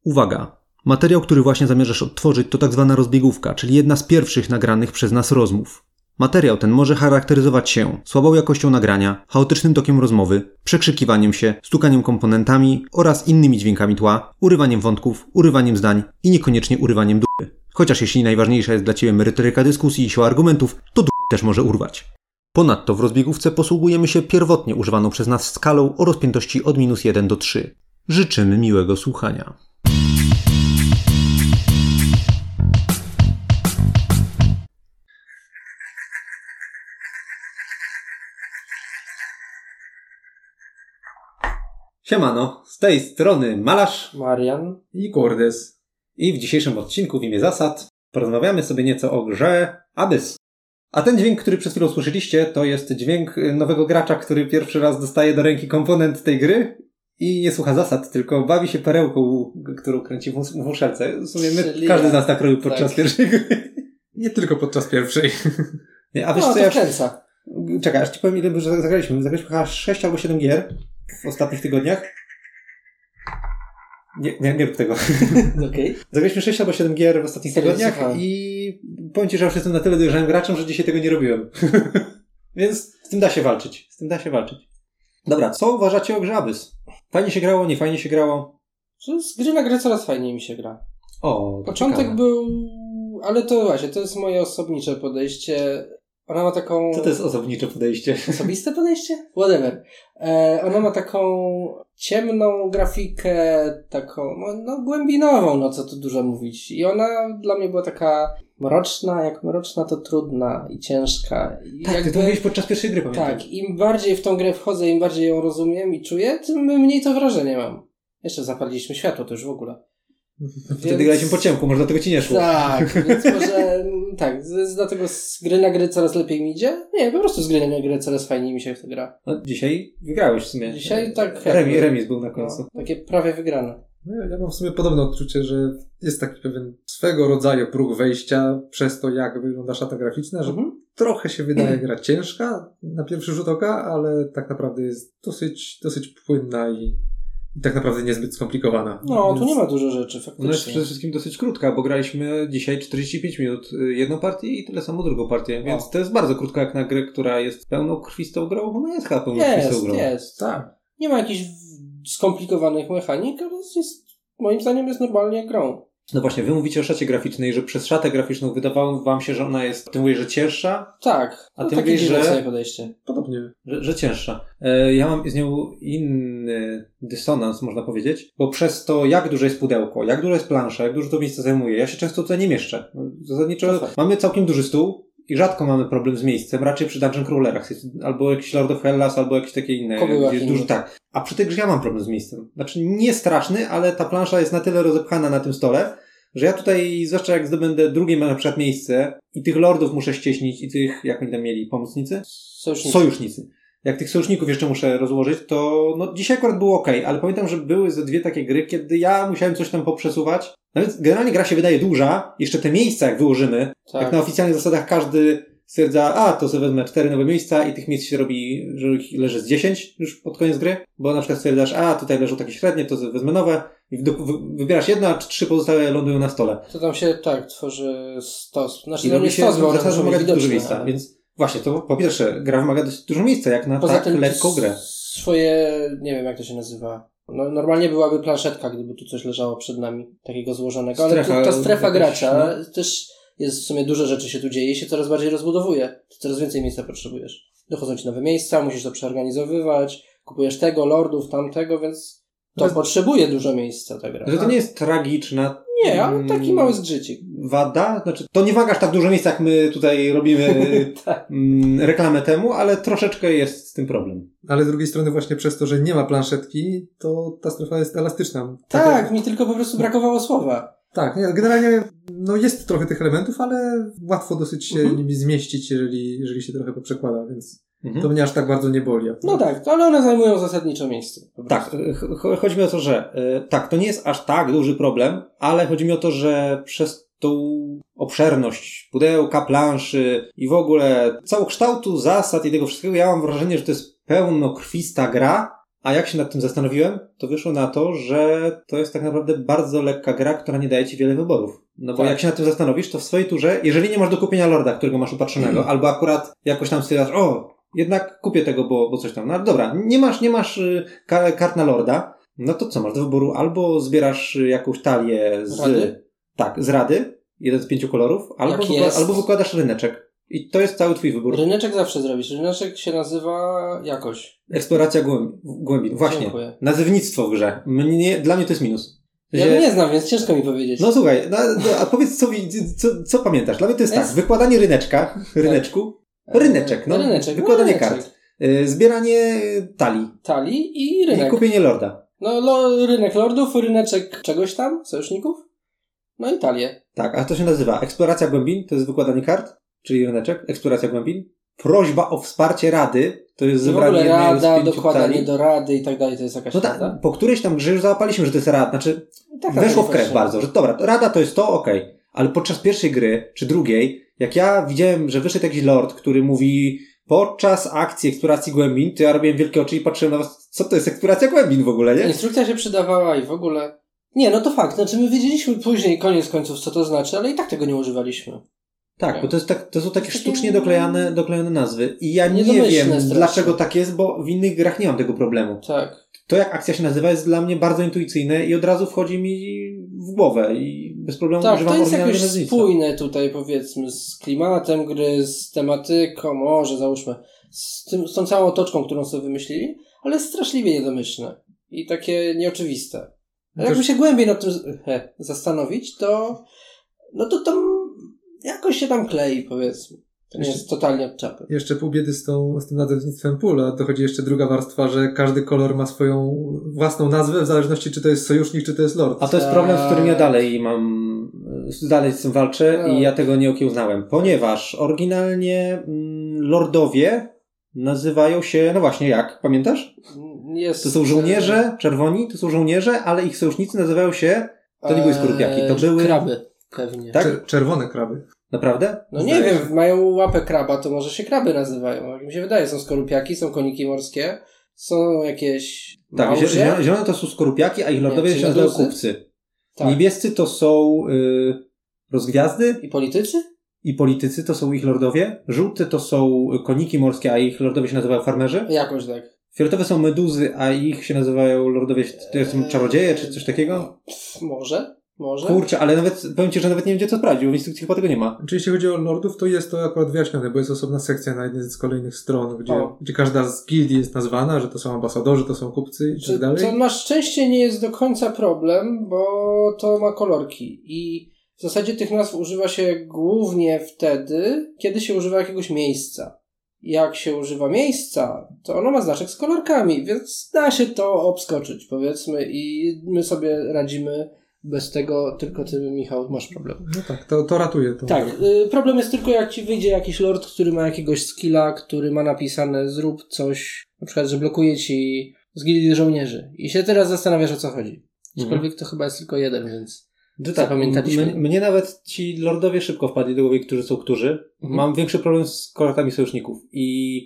Uwaga! Materiał, który właśnie zamierzasz odtworzyć, to tak zwana rozbiegówka, czyli jedna z pierwszych nagranych przez nas rozmów. Materiał ten może charakteryzować się słabą jakością nagrania, chaotycznym tokiem rozmowy, przekrzykiwaniem się, stukaniem komponentami oraz innymi dźwiękami tła, urywaniem wątków, urywaniem zdań i niekoniecznie urywaniem dupy. Chociaż jeśli najważniejsza jest dla Ciebie merytoryka dyskusji i siła argumentów, to dupy też może urwać. Ponadto w rozbiegówce posługujemy się pierwotnie używaną przez nas skalą o rozpiętości od -1 do 3. Życzymy miłego słuchania. Siemano, z tej strony Malarz, Marian i Kordes. I w dzisiejszym odcinku w imię zasad porozmawiamy sobie nieco o grze Abyss. A ten dźwięk, który przed chwilą słyszeliście, to jest dźwięk nowego gracza, który pierwszy raz dostaje do ręki komponent tej gry i nie słucha zasad, tylko bawi się perełką, którą kręci w muszelce. W sumie każdy z nas tak robił podczas pierwszej gry. Nie tylko podczas pierwszej. Nie, a wiesz co, czekaj, aż ci powiem, ile zagraliśmy. Zagraliśmy chyba 6 albo 7 gier w ostatnich tygodniach. Nie rób tego. Okay. Zagraliśmy 6 albo 7 gier w ostatnich tygodniach i powiem Ci, że już jestem na tyle dojrzałym graczem, że dzisiaj tego nie robiłem. Więc z tym da się walczyć. Dobra, co uważacie o grze Abyss? Fajnie się grało, nie fajnie się grało? Z gry na grę coraz fajniej mi się gra. Początek ciekawe. był... Ale to właśnie, to jest moje osobnicze podejście. Ona ma taką... Co to jest osobnicze podejście? Osobiste podejście? Whatever. Ona ma taką ciemną grafikę, taką, no głębinową, no co tu dużo mówić. I ona dla mnie była taka mroczna, jak mroczna to trudna i ciężka. I tak, ty to mówiłeś podczas pierwszej gry, pamiętam. Tak, im bardziej w tą grę wchodzę, im bardziej ją rozumiem i czuję, tym mniej to wrażenie mam. Jeszcze zapaliliśmy światło, to już w ogóle. Wtedy graliśmy po ciemku, może dlatego ci nie szło. Tak, więc może tak, dlatego z gry na gry coraz lepiej mi idzie. Nie, po prostu z gry na gry coraz fajniej mi się w to gra. No, dzisiaj wygrałeś w sumie. Dzisiaj tak. Remis był na końcu. No, takie prawie wygrane. Ja mam w sumie podobne odczucie, że jest taki pewien swego rodzaju próg wejścia przez to, jak wygląda szata graficzna, że trochę się wydaje gra ciężka na pierwszy rzut oka, ale tak naprawdę jest dosyć płynna i tak naprawdę niezbyt skomplikowana. No, tu nie ma dużo rzeczy, faktycznie. Ona jest przede wszystkim dosyć krótka, bo graliśmy dzisiaj 45 minut jedną partię i tyle samo drugą partię, więc to jest bardzo krótka jak na grę, która jest pełnokrwistą grą. Ona jest chyba pełnokrwistą grą. Jest. Tak. Nie ma jakichś skomplikowanych mechanik, ale jest, moim zdaniem jest normalnie grą. No właśnie, wy mówicie o szacie graficznej, że przez szatę graficzną wydawało wam się, że ona jest, ty mówisz, że cięższa? Tak. A ty mówisz, że... podejście. Podobnie. Że cięższa. Ja mam z nią inny dysonans, można powiedzieć, bo przez to, jak duże jest pudełko, jak duża jest plansza, jak dużo to miejsce zajmuje, ja się często tutaj nie mieszczę. Zasadniczo mamy całkiem duży stół i rzadko mamy problem z miejscem, raczej przy Dungeon Crawlerach, albo jakiś Lord of Hellas, albo jakieś takie inne. Jest dużo, tak. A przy tej grze ja mam problem z miejscem. Znaczy nie straszny, ale ta plansza jest na tyle rozepchana na tym stole, że ja tutaj, zwłaszcza jak zdobędę drugie na przykład miejsce i tych lordów muszę ścieśnić i tych, jak oni tam mieli, pomocnicy? Sojusznicy. Jak tych sojuszników jeszcze muszę rozłożyć, to no dzisiaj akurat było okej, ale pamiętam, że były ze 2 takie gry, kiedy ja musiałem coś tam poprzesuwać. Nawet generalnie gra się wydaje duża, jeszcze te miejsca jak wyłożymy, jak na oficjalnych zasadach każdy stwierdza, to sobie wezmę 4 nowe miejsca i tych miejsc się robi, że ich leży z 10 już pod koniec gry, bo na przykład stwierdzasz, tutaj leżą takie średnie, to wezmę nowe i wybierasz jedno, a 3 pozostałe lądują na stole. To tam się tworzy stos. Znaczy, i robi się stos, wymaga dużo miejsca, więc właśnie, to po pierwsze, gra wymaga dosyć dużo miejsca, jak na tak lekką grę. Swoje, nie wiem jak to się nazywa. No, normalnie byłaby planszetka, gdyby tu coś leżało przed nami, takiego złożonego, ale ta strefa gracza też jest w sumie dużo rzeczy się tu dzieje i się coraz bardziej rozbudowuje. Ty coraz więcej miejsca potrzebujesz. Dochodzą ci nowe miejsca, musisz to przeorganizowywać, kupujesz tego, lordów, tamtego, więc to potrzebuje dużo miejsca ta gra. Że to nie jest tragiczna. Nie, ale taki mały zgrzycik. Wada? Znaczy, to nie wymagasz tak dużo miejsca, jak my tutaj robimy reklamę temu, ale troszeczkę jest z tym problem. Ale z drugiej strony właśnie przez to, że nie ma planszetki, to ta strefa jest elastyczna. Tak, mi tylko po prostu brakowało słowa. Tak, nie, generalnie jest trochę tych elementów, ale łatwo dosyć się nimi zmieścić, jeżeli się trochę poprzekłada, więc to mnie aż tak bardzo nie boli. No tak, ale one zajmują zasadniczo miejsce. Tak, chodzi mi o to, że to nie jest aż tak duży problem, ale chodzi mi o to, że przez tą obszerność pudełka, planszy i w ogóle całokształtu zasad i tego wszystkiego, ja mam wrażenie, że to jest pełnokrwista gra, A jak się nad tym zastanowiłem, to wyszło na to, że to jest tak naprawdę bardzo lekka gra, która nie daje ci wiele wyborów. No bo jak się nad tym zastanowisz, to w swojej turze, jeżeli nie masz do kupienia Lorda, którego masz upatrzonego, albo akurat jakoś tam stwierdzasz, jednak kupię tego, bo coś tam. No dobra, nie masz kart na Lorda, no to co, masz do wyboru? Albo zbierasz jakąś talię z Rady, 1 z 5 kolorów, albo wykładasz ryneczek. I to jest cały twój wybór. Ryneczek zawsze zrobisz. Ryneczek się nazywa jakoś. Eksploracja głębin. Właśnie. Dziękuję. Nazewnictwo w grze. Dla mnie to jest minus. Ja go nie znam, więc ciężko mi powiedzieć. No słuchaj, a powiedz co pamiętasz? Dla mnie to jest tak. Wykładanie ryneczku. Ryneczek. Wykładanie kart. Zbieranie talii i rynek. I kupienie Lorda. Rynek Lordów, ryneczek czegoś tam, sojuszników. No i talię. Tak, a to się nazywa eksploracja głębin, to jest wykładanie kart, czyli ryneczek, eksploracja głębin. Prośba o wsparcie Rady, to jest zebranie jednej z 5 dokładanie do Rady i tak dalej, to jest jakaś rada? Po którejś tam grze już załapaliśmy, że to jest Rada, znaczy weszło w krew bardzo, że dobra, Rada to jest to, okej. Ale podczas pierwszej gry, czy drugiej, jak ja widziałem, że wyszedł jakiś lord, który mówi podczas akcji eksploracji głębin, to ja robiłem wielkie oczy i patrzyłem na was, co to jest eksploracja głębin w ogóle, nie? Instrukcja się przydawała i w ogóle... Nie, no to fakt, znaczy my wiedzieliśmy później, koniec końców, co to znaczy, ale i tak tego nie używaliśmy. Tak, bo to są takie sztucznie doklejone nazwy i ja nie wiem, dlaczego tak jest, bo w innych grach nie mam tego problemu. Tak. To jak akcja się nazywa jest dla mnie bardzo intuicyjne i od razu wchodzi mi w głowę i bez problemu używam oryginalnego nazwiska. To jest jakoś spójne tutaj, powiedzmy, z klimatem gry, z tematyką, może załóżmy, z tą całą otoczką, którą sobie wymyślili, ale straszliwie niedomyślne i takie nieoczywiste. A jakby się głębiej nad tym zastanowić, to tam jakoś się tam klei, powiedzmy. To nie jest totalnie od czapy. Jeszcze pół biedy z tym nazewnictwem pól, a dochodzi jeszcze druga warstwa, że każdy kolor ma swoją własną nazwę, w zależności czy to jest sojusznik, czy to jest lord. A to jest problem, z którym ja dalej z tym walczę i ja tego nie okiełznałem, ponieważ oryginalnie lordowie nazywają się, no właśnie jak, pamiętasz? To są żołnierze, czerwoni, to są żołnierze, ale ich sojusznicy nazywają się, to nie były skorupiaki, to były... Kraby, pewnie. Tak? Czerwone kraby. Naprawdę? No nie wiem, mają łapę kraba, to może się kraby nazywają. Jak mi się wydaje, są skorupiaki, są koniki morskie, są jakieś małże. Tak, zielone to są skorupiaki, a ich lordowie się nazywają kupcy. Tak. Niebiescy to są rozgwiazdy. I politycy to są ich lordowie. Żółte to są koniki morskie, a ich lordowie się nazywają farmerzy. Jakoś tak. Fioletowe są meduzy, a ich się nazywają lordowie, to są czarodzieje, czy coś takiego? Może. Kurczę, ale powiem ci, że nawet nie wiem, gdzie to sprawdzić, bo w instrukcji chyba tego nie ma. Czy jeśli chodzi o lordów, to jest to akurat wyjaśnione, bo jest osobna sekcja na jednej z kolejnych stron, gdzie każda z gildii jest nazwana, że to są ambasadorzy, to są kupcy i tak dalej. To na szczęście nie jest do końca problem, bo to ma kolorki i w zasadzie tych nazw używa się głównie wtedy, kiedy się używa jakiegoś miejsca. Jak się używa miejsca, to ono ma znaczek z kolorkami, więc da się to obskoczyć, powiedzmy, i my sobie radzimy bez tego, tylko ty, Michał, masz problem. No tak, to ratuje to. Tak, problem jest tylko, jak ci wyjdzie jakiś lord, który ma jakiegoś skilla, który ma napisane zrób coś, na przykład, że blokuje ci z gildii żołnierzy i się teraz zastanawiasz, o co chodzi. Aczkolwiek to chyba jest tylko jeden, więc zapamiętaliśmy. Mnie nawet ci lordowie szybko wpadli do głowy, którzy. Mam większy problem z kolorkami sojuszników i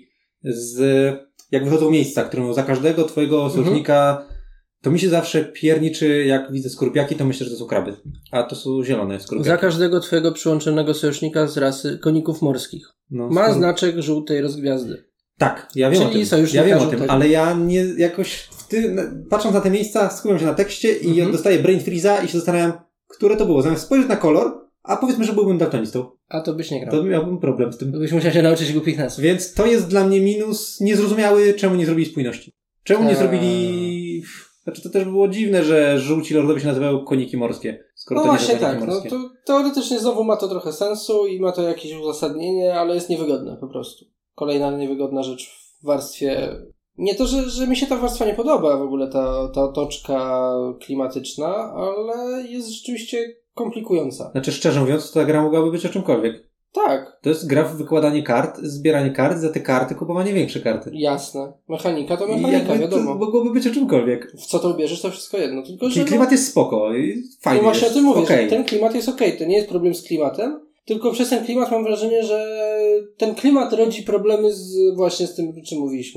jak wychodzą miejsca, które za każdego twojego sojusznika, to mi się zawsze pierniczy, jak widzę skorupiaki, to myślę, że to są kraby. A to są zielone skorupiaki. Za każdego twojego przyłączonego sojusznika z rasy koników morskich. Ma znaczek żółtej rozgwiazdy. Tak, ja wiem o tym, ale ja nie jakoś patrząc na te miejsca, skupiam się na tekście i dostaję brain freeze'a i się zastanawiam, które to było. Zamiast spojrzeć na kolor, a powiedzmy, że byłbym daltonistą. A to byś nie grał. To miałbym problem z tym. To byś musiał się nauczyć głupich nazw. Więc to jest dla mnie minus niezrozumiały, czemu nie zrobili spójności. Czemu nie zrobili... Znaczy to też było dziwne, że żółci lordowie się nazywają koniki morskie. Skoro no to właśnie tak, morskie. No to teoretycznie znowu ma to trochę sensu i ma to jakieś uzasadnienie, ale jest niewygodne po prostu. Kolejna niewygodna rzecz w warstwie... Nie to, że mi się ta warstwa nie podoba w ogóle, ta otoczka klimatyczna, ale jest rzeczywiście komplikująca. Znaczy szczerze mówiąc, ta gra mogłaby być o czymkolwiek. Tak. To jest gra w wykładanie kart, zbieranie kart, za te karty kupowanie większe karty. Jasne. Mechanika to mechanika, wiadomo. To mogłoby być o czymkolwiek. W co to ubierzesz, to wszystko jedno. Tylko, czyli klimat jest spoko i fajnie. No właśnie o tym mówię, że ten klimat jest okej. To nie jest problem z klimatem, tylko przez ten klimat mam wrażenie, że ten klimat rodzi problemy właśnie z tym, o czym mówiliśmy.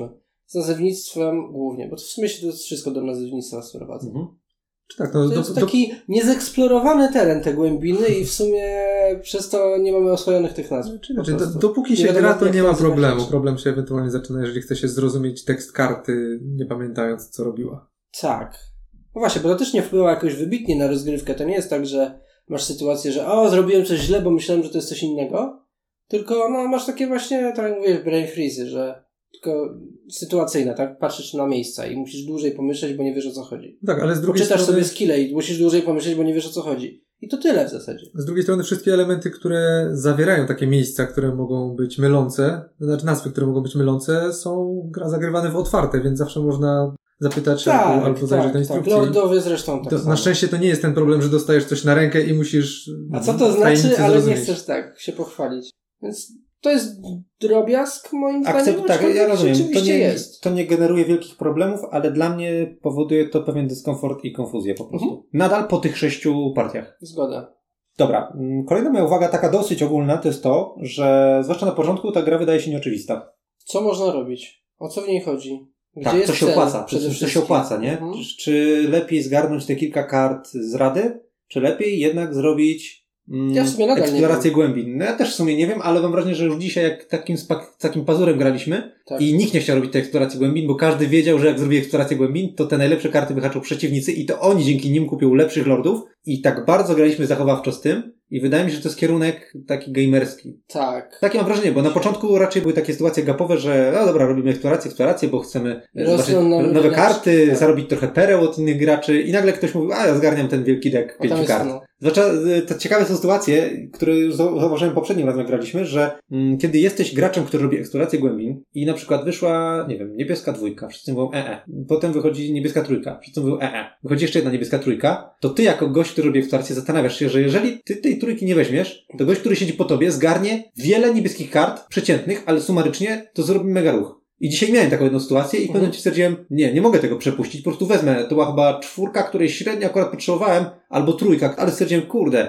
z nazewnictwem głównie, bo to w sumie się to wszystko do nazewnictwa sprowadza. Tak, to jest taki niezeksplorowany teren te głębiny i w sumie przez to nie mamy oswojonych tych nazw. Dopóki się gra, to nie ma problemu. Problem się ewentualnie zaczyna, jeżeli chce się zrozumieć tekst karty, nie pamiętając, co robiła. Tak. No właśnie, bo to też nie wpływa jakoś wybitnie na rozgrywkę. To nie jest tak, że masz sytuację, że zrobiłem coś źle, bo myślałem, że to jest coś innego. Tylko masz takie właśnie, tak jak mówię, brain freeze, że tylko sytuacyjne, tak? Patrzysz na miejsca i musisz dłużej pomyśleć, bo nie wiesz, o co chodzi. Tak, ale z drugiej strony... Czytasz sobie skille i musisz dłużej pomyśleć, bo nie wiesz, o co chodzi. I to tyle w zasadzie. Z drugiej strony wszystkie elementy, które zawierają takie miejsca, które mogą być mylące, znaczy nazwy, które mogą być mylące, są zagrywane w otwarte, więc zawsze można zapytać albo zajrzeć na instrukcję. Tak, Lordowie zresztą tak samo. Na szczęście to nie jest ten problem, że dostajesz coś na rękę i musisz... A co to znaczy, ale nie chcesz się pochwalić. Więc to jest drobiazg moim zdaniem. Tak, ja rozumiem. Jest. To nie generuje wielkich problemów, ale dla mnie powoduje to pewien dyskomfort i konfuzję po prostu. Nadal po tych 6 partiach. Zgoda. Dobra. Kolejna moja uwaga, taka dosyć ogólna, to jest to, że zwłaszcza na początku ta gra wydaje się nieoczywista. Co można robić? O co w niej chodzi? Gdzie tak, jest to się opłaca. To się opłaca, nie? Czy lepiej zgarnąć te kilka kart z rady, czy lepiej jednak zrobić ja w sumie nadal eksplorację głębin. No ja też w sumie nie wiem, ale mam wrażenie, że już dzisiaj jak takim pazurem graliśmy i nikt nie chciał robić tej eksploracji głębin, bo każdy wiedział, że jak zrobi eksplorację głębin, to te najlepsze karty wyhaczą przeciwnicy i to oni dzięki nim kupią lepszych lordów i tak bardzo graliśmy zachowawczo z tym i wydaje mi się, że to jest kierunek taki gamerski. Tak. Takie mam wrażenie, bo na początku raczej były takie sytuacje gapowe, że dobra, robimy eksplorację, bo chcemy zobaczyć nowe karty, zarobić trochę pereł od innych graczy i nagle ktoś mówi, ja zgarniam ten wielki deck 5 kart. Zwłaszcza te ciekawe są sytuacje, które już zauważyłem poprzednim razem jak graliśmy, że kiedy jesteś graczem, który robi eksplorację głębin i na przykład wyszła, nie wiem, niebieska 2, wszyscy mówią potem wychodzi niebieska 3, wszyscy mówią wychodzi jeszcze jedna niebieska 3, to ty jako gość, który robi eksplorację, zastanawiasz się, że jeżeli ty tej 3 nie weźmiesz, to gość, który siedzi po tobie, zgarnie wiele niebieskich kart przeciętnych, ale sumarycznie to zrobi mega ruch. I dzisiaj miałem taką jedną sytuację i w pewnym momencie stwierdziłem, nie mogę tego przepuścić, po prostu wezmę, to była chyba 4, której średnio akurat potrzebowałem, albo 3, ale stwierdziłem,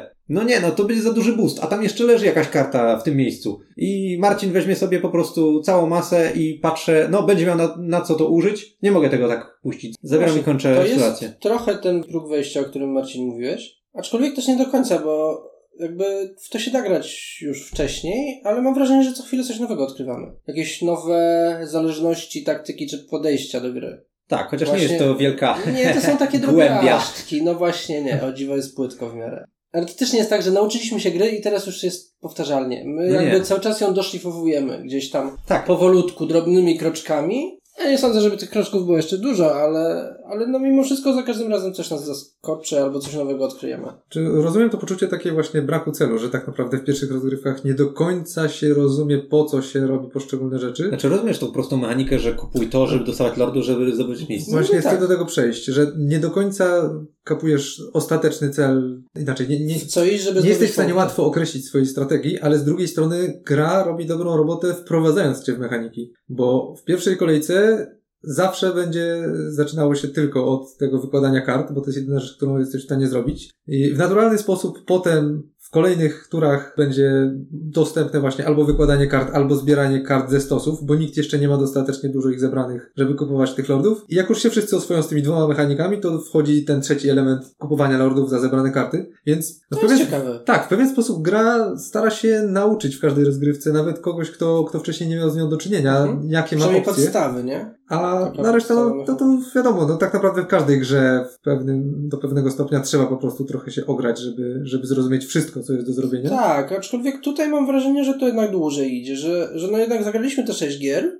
to będzie za duży boost, a tam jeszcze leży jakaś karta w tym miejscu. I Marcin weźmie sobie po prostu całą masę i patrzę, będzie miał na co to użyć, nie mogę tego tak puścić. Zabieram i kończę eksplorację. To jest trochę ten próg wejścia, o którym Marcin mówiłeś, aczkolwiek też nie do końca, bo jakby w to się da grać już wcześniej, ale mam wrażenie, że co chwilę coś nowego odkrywamy. Jakieś nowe zależności, taktyki czy podejścia do gry. Tak, chociaż właśnie, nie jest to wielka nie, to są takie drobiazgi. No właśnie nie, o dziwo jest płytko w miarę. Ale to też nie jest tak, że nauczyliśmy się gry i teraz już jest powtarzalnie. My cały czas ją doszlifowujemy gdzieś tam powolutku, drobnymi kroczkami. Ja nie sądzę, żeby tych kroczków było jeszcze dużo, ale mimo wszystko za każdym razem coś nas zaskoczy albo coś nowego odkryjemy. Czy rozumiem to poczucie takiej właśnie braku celu, że tak naprawdę w pierwszych rozgrywkach nie do końca się rozumie, po co się robi poszczególne rzeczy? Znaczy rozumiesz tą prostą mechanikę, że kupuj to, żeby dostawać lordów, żeby zdobyć miejsce. Właśnie chcę do tego przejść, że nie do końca kapujesz ostateczny cel, inaczej, nie jesteś w stanie łatwo określić swojej strategii, ale z drugiej strony gra robi dobrą robotę wprowadzając cię w mechaniki, bo w pierwszej kolejce zawsze będzie zaczynało się tylko od tego wykładania kart, bo to jest jedyna rzecz, którą jesteś w stanie zrobić. I w naturalny sposób potem w kolejnych turach będzie dostępne właśnie albo wykładanie kart, albo zbieranie kart ze stosów, bo nikt jeszcze nie ma dostatecznie dużo ich zebranych, żeby kupować tych lordów. I jak już się wszyscy oswoją z tymi 2 mechanikami, to wchodzi ten trzeci element kupowania lordów za zebrane karty. Więc to jest ciekawe. Tak, w pewien sposób gra stara się nauczyć w każdej rozgrywce, nawet kogoś, kto wcześniej nie miał z nią do czynienia, jakie ma opcje. podstawy, nie? A na resztę, to wiadomo, tak naprawdę w każdej grze do pewnego stopnia trzeba po prostu trochę się ograć, żeby zrozumieć wszystko, co jest do zrobienia. Tak, aczkolwiek tutaj mam wrażenie, że to jednak dłużej idzie, że jednak zagraliśmy te 6 gier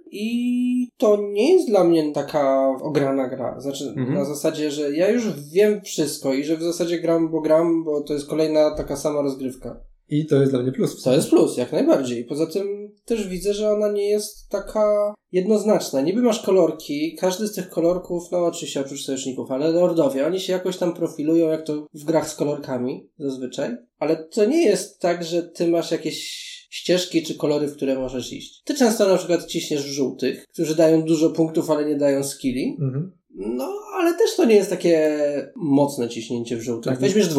i to nie jest dla mnie taka ograna gra. Znaczy, na zasadzie, że ja już wiem wszystko i że w zasadzie gram, bo to jest kolejna taka sama rozgrywka. I to jest dla mnie plus. To jest plus, jak najbardziej. Poza tym też widzę, że ona nie jest taka jednoznaczna. Niby masz kolorki, każdy z tych kolorków, oczywiście oprócz sojuszników, ale lordowie, oni się jakoś tam profilują, jak to w grach z kolorkami zazwyczaj. Ale to nie jest tak, że ty masz jakieś ścieżki czy kolory, w które możesz iść. Ty często na przykład ciśniesz w żółtych, którzy dają dużo punktów, ale nie dają skilli. Ale też to nie jest takie mocne ciśnięcie w żółtych. Tak. Weźmiesz 2.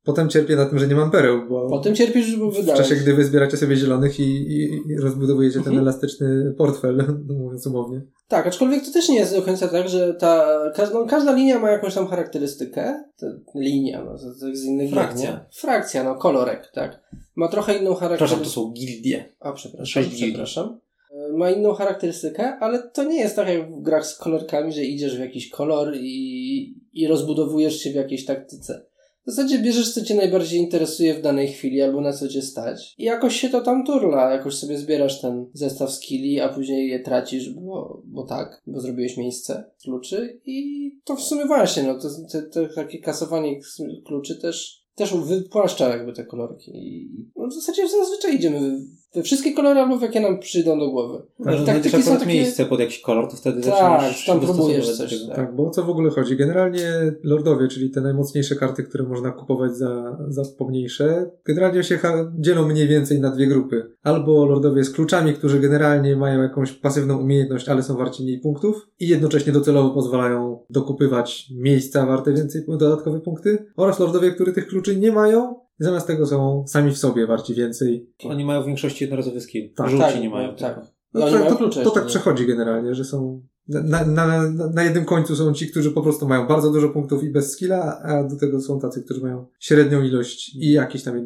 Potem cierpię na tym, że nie mam pereł, bo... Potem cierpisz, bo wydałeś. W czasie, gdy wy zbieracie sobie zielonych i rozbudowujecie ten elastyczny portfel, mówiąc umownie. Tak, aczkolwiek to też nie jest do końca tak, że każda linia ma jakąś tam charakterystykę. Linia, no, z innych Frakcja. Frakcja, no, kolorek, tak. Ma trochę inną charakterystykę. Przepraszam, to są gildie. Przepraszam. Ma inną charakterystykę, ale to nie jest tak jak w grach z kolorkami, że idziesz w jakiś kolor i rozbudowujesz się w jakiejś taktyce. W zasadzie bierzesz, co cię najbardziej interesuje w danej chwili, albo na co cię stać. I jakoś się to tam turla, jakoś sobie zbierasz ten zestaw skilli, a później je tracisz, bo zrobiłeś miejsce kluczy. I to w sumie właśnie, no, to takie kasowanie kluczy też wypłaszcza jakby te kolorki. I no, w zasadzie zazwyczaj idziemy we wszystkie kolory, albo w jakie nam przyjdą do głowy. Taktyki są takie... miejsce pod jakiś kolor, to wtedy zaczynasz tam próbujesz coś. Tak, bo o co w ogóle chodzi? Generalnie lordowie, czyli te najmocniejsze karty, które można kupować za pomniejsze, generalnie się dzielą mniej więcej na dwie grupy. Albo lordowie z kluczami, którzy generalnie mają jakąś pasywną umiejętność, ale są warci mniej punktów i jednocześnie docelowo pozwalają dokupywać miejsca warte więcej dodatkowe punkty. Oraz lordowie, którzy tych kluczy nie mają, zamiast tego są sami w sobie warci więcej. Oni mają w większości jednorazowy skill. Tak, żółci nie mają. Tak. No, to tak przechodzi generalnie, że są... Na jednym końcu są ci, którzy po prostu mają bardzo dużo punktów i bez skilla, a do tego są tacy, którzy mają średnią ilość i jakiś tam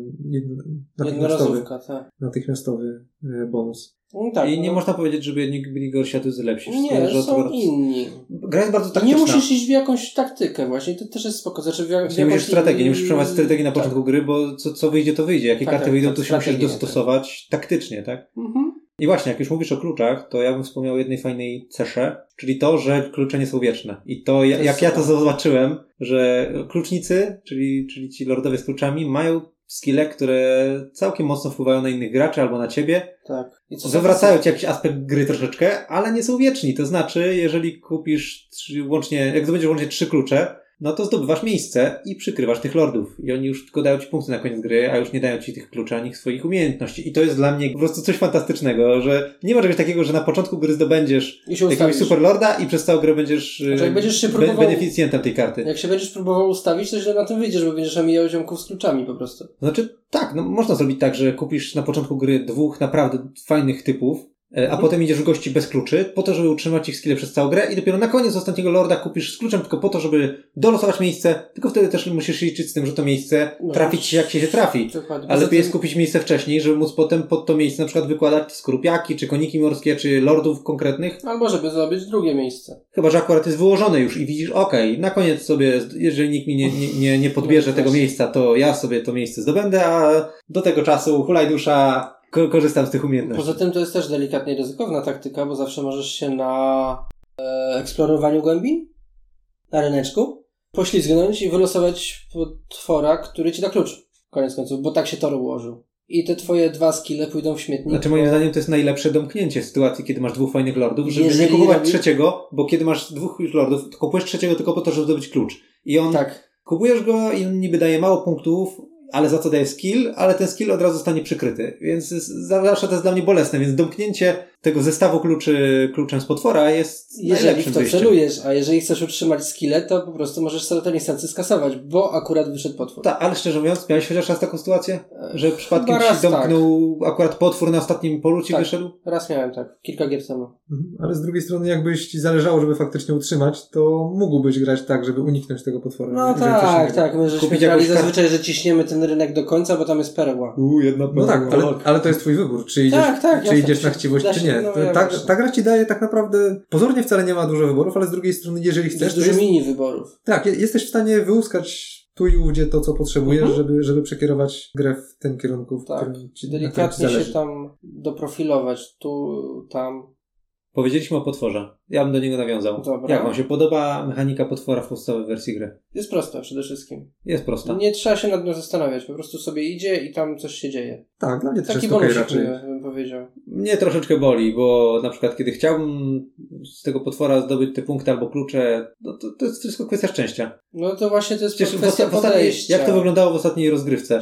natychmiastowy bonus. No tak, i nie można powiedzieć, żeby jedni byli gorsi, a drudzy lepsi. Nie, że są inni. Gra jest bardzo taktyczna. Nie musisz iść w jakąś taktykę właśnie, to też jest spoko. Znaczy nie musisz strategii, nie musisz przejmować strategii na początku gry, bo co wyjdzie, to wyjdzie. Jakie karty wyjdą, to się musisz dostosować taktycznie, tak? I właśnie, jak już mówisz o kluczach, to ja bym wspomniał o jednej fajnej cesze, czyli to, że klucze nie są wieczne. I to, jak ja to zobaczyłem, że klucznicy, czyli ci lordowie z kluczami, mają skille, które całkiem mocno wpływają na innych graczy albo na ciebie. Tak. Wywracają ci jakiś aspekt gry troszeczkę, ale nie są wieczni. To znaczy, jeżeli kupisz jak zdobędziesz łącznie 3 klucze, no to zdobywasz miejsce i przykrywasz tych lordów. I oni już tylko dają ci punkty na koniec gry, a już nie dają ci tych kluczy ani swoich umiejętności. I to jest dla mnie po prostu coś fantastycznego, że nie ma czegoś takiego, że na początku gry zdobędziesz jakiegoś superlorda i przez całą grę będziesz, beneficjentem tej karty. Jak się będziesz próbował ustawić, to źle na tym wyjdziesz, bo będziesz omijał ziomków z kluczami po prostu. Znaczy, tak, no można zrobić tak, że kupisz na początku gry 2 naprawdę fajnych typów, a potem idziesz w gości bez kluczy, po to, żeby utrzymać ich skille przez całą grę i dopiero na koniec ostatniego lorda kupisz z kluczem tylko po to, żeby dolosować miejsce, tylko wtedy też musisz liczyć z tym, że to miejsce trafi ci jak się trafi. Dokładnie. Ale lepiej jest kupić miejsce wcześniej, żeby móc potem pod to miejsce na przykład wykładać skorupiaki, czy koniki morskie, czy lordów konkretnych. Albo żeby zdobyć drugie miejsce. Chyba, że akurat jest wyłożone już i widzisz, na koniec sobie, jeżeli nikt mi nie podbierze tego miejsca, to ja sobie to miejsce zdobędę, a do tego czasu hulaj dusza, korzystam z tych umiejętności. Poza tym to jest też delikatnie ryzykowna taktyka, bo zawsze możesz się na eksplorowaniu głębi, na ryneczku, poślizgnąć i wylosować potwora, który ci da klucz. Koniec końców, bo tak się tor ułożył. I te twoje 2 skille pójdą w śmietnik. Znaczy moim zdaniem to jest najlepsze domknięcie sytuacji, kiedy masz 2 fajnych lordów, żeby nie kupować trzeciego, bo kiedy masz 2 lordów, to kupujesz trzeciego tylko po to, żeby zdobyć klucz. I on, kupujesz go i on niby daje mało punktów, ale za co daje skill, ale ten skill od razu zostanie przykryty. Więc zawsze to jest dla mnie bolesne, więc domknięcie tego zestawu kluczy kluczem z potwora jest jeżeli w to celujesz, a jeżeli chcesz utrzymać skillę, to po prostu możesz sobie ten instancy skasować, bo akurat wyszedł potwór. Tak, ale szczerze mówiąc, miałeś chociaż raz taką sytuację? Że przypadkiem ci domknął akurat potwór na ostatnim polu ci wyszedł? Raz miałem kilka gier temu. Ale z drugiej strony, jakbyś ci zależało, żeby faktycznie utrzymać, to mógłbyś grać tak, żeby uniknąć tego potwora. No tak. My żeśmy grali zazwyczaj, że ciśniemy ten rynek do końca, bo tam jest perła. Jedna perła. No tak, ale to jest twój wybór. Czy idziesz na chciwość, czy nie. Ta gra ci daje tak naprawdę, pozornie wcale nie ma dużo wyborów, ale z drugiej strony, jeżeli chcesz... Dużo mini wyborów. Tak, jesteś w stanie wyłuskać tu i ówdzie to, co potrzebujesz, żeby przekierować grę w tym kierunku, w którym ci delikatnie się tam doprofilować, tu, tam. Powiedzieliśmy o potworze. Ja bym do niego nawiązał. Dobra. Jak wam się podoba mechanika potwora w podstawowej wersji gry? Jest prosta przede wszystkim. Jest prosta. Nie trzeba się nad nią zastanawiać. Po prostu sobie idzie i tam coś się dzieje. Tak, dla mnie też taki jest okej raczej. Bym powiedział. Mnie troszeczkę boli, bo na przykład kiedy chciałbym z tego potwora zdobyć te punkty albo klucze, no to jest wszystko kwestia szczęścia. No to właśnie to jest kwestia podejścia. Jak to wyglądało w ostatniej rozgrywce?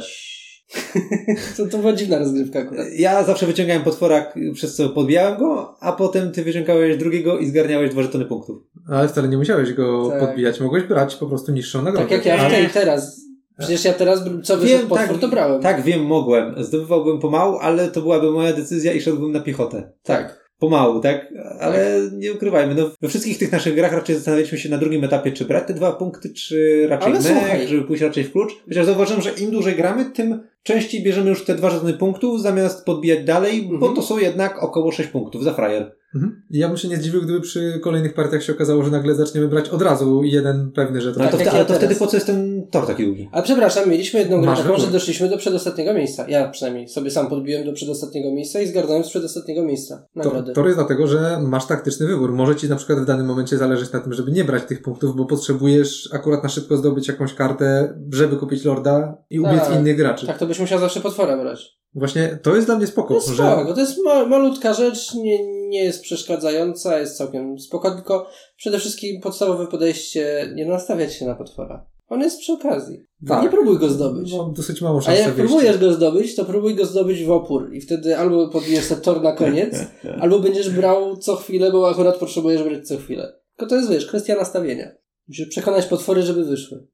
To była dziwna rozgrywka akurat. Ja zawsze wyciągałem potwora, przez co podbijałem go, a potem ty wyciągałeś drugiego i zgarniałeś 2 żetony punktów. Ale wcale nie musiałeś go podbijać. Mogłeś brać po prostu niższą nagrodę. Tak jak ja teraz. Przecież ja teraz, co wyszedł potwór, to brałem. Tak, wiem, mogłem. Zdobywałbym pomału, ale to byłaby moja decyzja i szedłbym na piechotę. Tak. Pomału, tak? Ale nie ukrywajmy, no we wszystkich tych naszych grach raczej zastanawialiśmy się na drugim etapie, czy brać te 2 punkty, czy raczej mech, żeby pójść raczej w klucz. Chociaż zauważyłem, że im dłużej gramy, tym częściej bierzemy już te 2 żetony punktów, zamiast podbijać dalej, bo to są jednak około 6 punktów za frajer. Ja bym się nie zdziwił, gdyby przy kolejnych partiach się okazało, że nagle zaczniemy brać od razu jeden pewny żeton. Ale to wtedy po co jest ten tor taki długi? A przepraszam, mieliśmy jedną grę taką, że doszliśmy do przedostatniego miejsca. Ja przynajmniej sobie sam podbiłem do przedostatniego miejsca i zgarnąłem z przedostatniego miejsca nagrodę. To jest dlatego, że masz taktyczny wybór. Może ci na przykład w danym momencie zależeć na tym, żeby nie brać tych punktów, bo potrzebujesz akurat na szybko zdobyć jakąś kartę, żeby kupić lorda i ubiec innych graczy. Tak, to byś musiał zawsze potwora brać. Właśnie, to jest dla mnie spoko. To jest malutka rzecz, nie jest przeszkadzająca, jest całkiem spoko, tylko przede wszystkim podstawowe podejście, nie nastawiać się na potwora. On jest przy okazji. Tak. Nie próbuj go zdobyć. Mam dosyć mało szans. A jak próbujesz go zdobyć, to próbuj go zdobyć w opór i wtedy albo podbijesz ten tor na koniec, albo będziesz brał co chwilę, bo akurat potrzebujesz brać co chwilę. Tylko to jest, wiesz, kwestia nastawienia. Musisz przekonać potwory, żeby wyszły.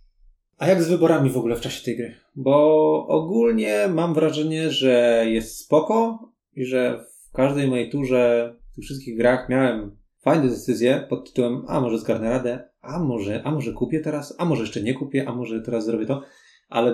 A jak z wyborami w ogóle w czasie tej gry? Bo ogólnie mam wrażenie, że jest spoko i że w każdej mojej turze w tych wszystkich grach miałem fajne decyzje pod tytułem a może zgarnę radę, a może kupię teraz, a może jeszcze nie kupię, a może teraz zrobię to. Ale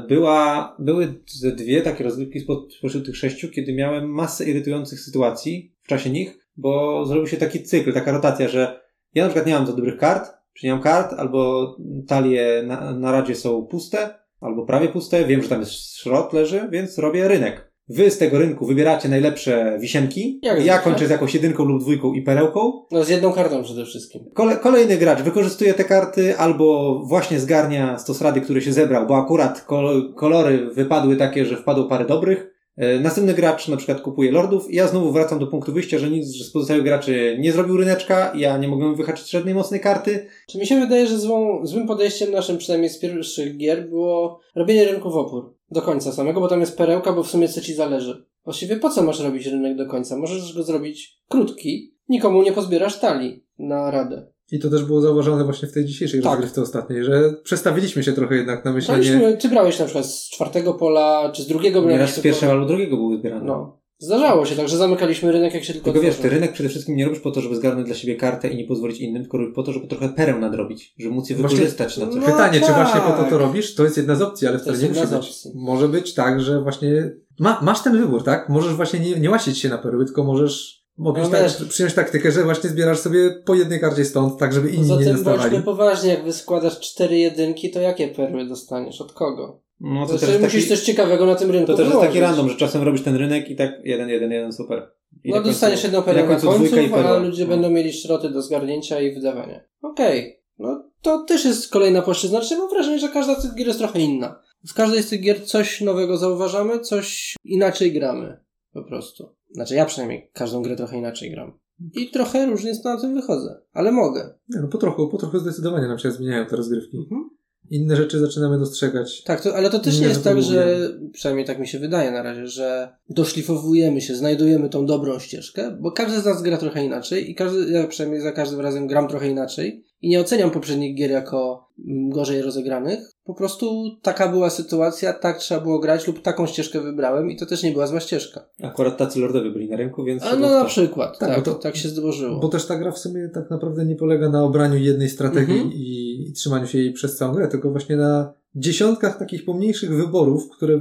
były ze 2 takie rozgrywki spośród tych 6, kiedy miałem masę irytujących sytuacji w czasie nich, bo zrobił się taki cykl, taka rotacja, że ja na przykład nie mam za dobrych kart, czy nie mam kart, albo talie na radzie są puste, albo prawie puste, wiem, że tam jest szrot leży, więc robię rynek. Wy z tego rynku wybieracie najlepsze wisienki, ja kończę z jakąś 1 lub 2 i perełką. No z 1 kartą przede wszystkim. Kolejny gracz wykorzystuje te karty, albo właśnie zgarnia stos rady, który się zebrał, bo akurat kolory wypadły takie, że wpadło parę dobrych. Następny gracz na przykład kupuje lordów i ja znowu wracam do punktu wyjścia, że nic z pozostałych graczy nie zrobił ryneczka, ja nie mogłem wyhaczyć żadnej mocnej karty. Czy mi się wydaje, że złym podejściem naszym, przynajmniej z pierwszych gier, było robienie rynku w opór do końca samego, bo tam jest perełka, bo w sumie co ci zależy. Właściwie po co masz robić rynek do końca? Możesz go zrobić krótki, nikomu nie pozbierasz talii na radę. I to też było zauważone właśnie w tej dzisiejszej rozgrywce ostatniej, że przestawiliśmy się trochę jednak na myślenie... Ty brałeś na przykład z 4 pola, czy z 2 brałeś? Nieraz z 1 albo 2 były zbierane. No. Zdarzało się tak, że zamykaliśmy rynek, jak się tylko wiesz, ty rynek przede wszystkim nie robisz po to, żeby zgarnąć dla siebie kartę i nie pozwolić innym, tylko robisz po to, żeby trochę pereł nadrobić, żeby móc je wykorzystać na coś. Pytanie, czy właśnie po to robisz? To jest jedna z opcji, ale wcale nie musi być. Może być tak, że właśnie masz ten wybór, tak? Możesz właśnie nie łasić się na perły, tylko możesz przyjąć taktykę, że właśnie zbierasz sobie po 1 karcie stąd, tak żeby inni nie dostawali. Bądźmy poważnie, jak wyskładasz 4 jedynki, to jakie perły dostaniesz? Od kogo? No to też musisz coś ciekawego na tym rynku. To też jest taki random, że czasem robisz ten rynek i tak 1, super. I no dostaniesz 1 perłę na końcu, a ludzie będą mieli szroty do zgarnięcia i wydawania. Okej. No to też jest kolejna płaszczyzna. Znaczy mam wrażenie, że każda z tych gier jest trochę inna. W każdej z tych gier coś nowego zauważamy, coś inaczej gramy. Po prostu. Znaczy ja przynajmniej każdą grę trochę inaczej gram. I trochę różnie na tym wychodzę. Ale mogę. Nie, no po trochu zdecydowanie nam się zmieniają te rozgrywki. Inne rzeczy zaczynamy dostrzegać. Tak, ale to też nie jest tak, że przynajmniej tak mi się wydaje na razie, że doszlifowujemy się, znajdujemy tą dobrą ścieżkę, bo każdy z nas gra trochę inaczej i ja przynajmniej za każdym razem gram trochę inaczej i nie oceniam poprzednich gier jako gorzej rozegranych. Po prostu taka była sytuacja, tak trzeba było grać lub taką ścieżkę wybrałem i to też nie była zła ścieżka. Akurat tacy lordowie byli na rynku, więc... A no na przykład, tak się złożyło. Bo też ta gra w sumie tak naprawdę nie polega na obraniu jednej strategii i trzymaniu się jej przez całą grę, tylko właśnie na dziesiątkach takich pomniejszych wyborów, które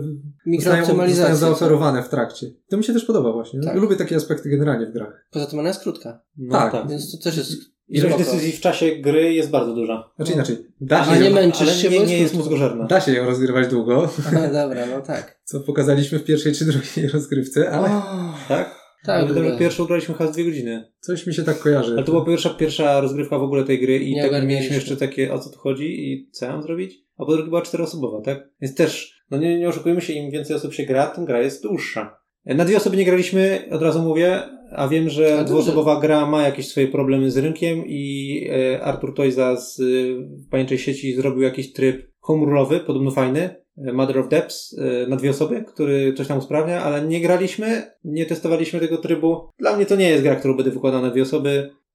zostają zaoferowane w trakcie. To mi się też podoba właśnie. Tak. Lubię takie aspekty generalnie w grach. Poza tym ona jest krótka. No tak. Więc to też jest... Ilość decyzji w czasie gry jest bardzo duża. Znaczy inaczej. Nie męczysz się, ale nie jest mózgożerna. Da się ją rozgrywać długo. Dobra, no tak. Co pokazaliśmy w pierwszej czy drugiej rozgrywce, ale... Tak? Tak. Że pierwszą graliśmy chyba 2 godziny. Coś mi się tak kojarzy. Ale to była pierwsza rozgrywka w ogóle tej gry i tak mieliśmy jeszcze takie, o co tu chodzi i co mam zrobić? A po drugie była 4-osobowa, tak? Więc też, no nie oszukujmy się, im więcej osób się gra, tym gra jest dłuższa. Na 2 osoby nie graliśmy, od razu mówię, a wiem, że 2-osobowa gra ma jakieś swoje problemy z rynkiem i Artur Toyza z pajęczej sieci zrobił jakiś tryb home rule'owy, podobno fajny, Mother of Depths na 2 osoby, który coś tam usprawnia, ale nie graliśmy, nie testowaliśmy tego trybu. Dla mnie to nie jest gra, którą będę wykładał na 2 osoby.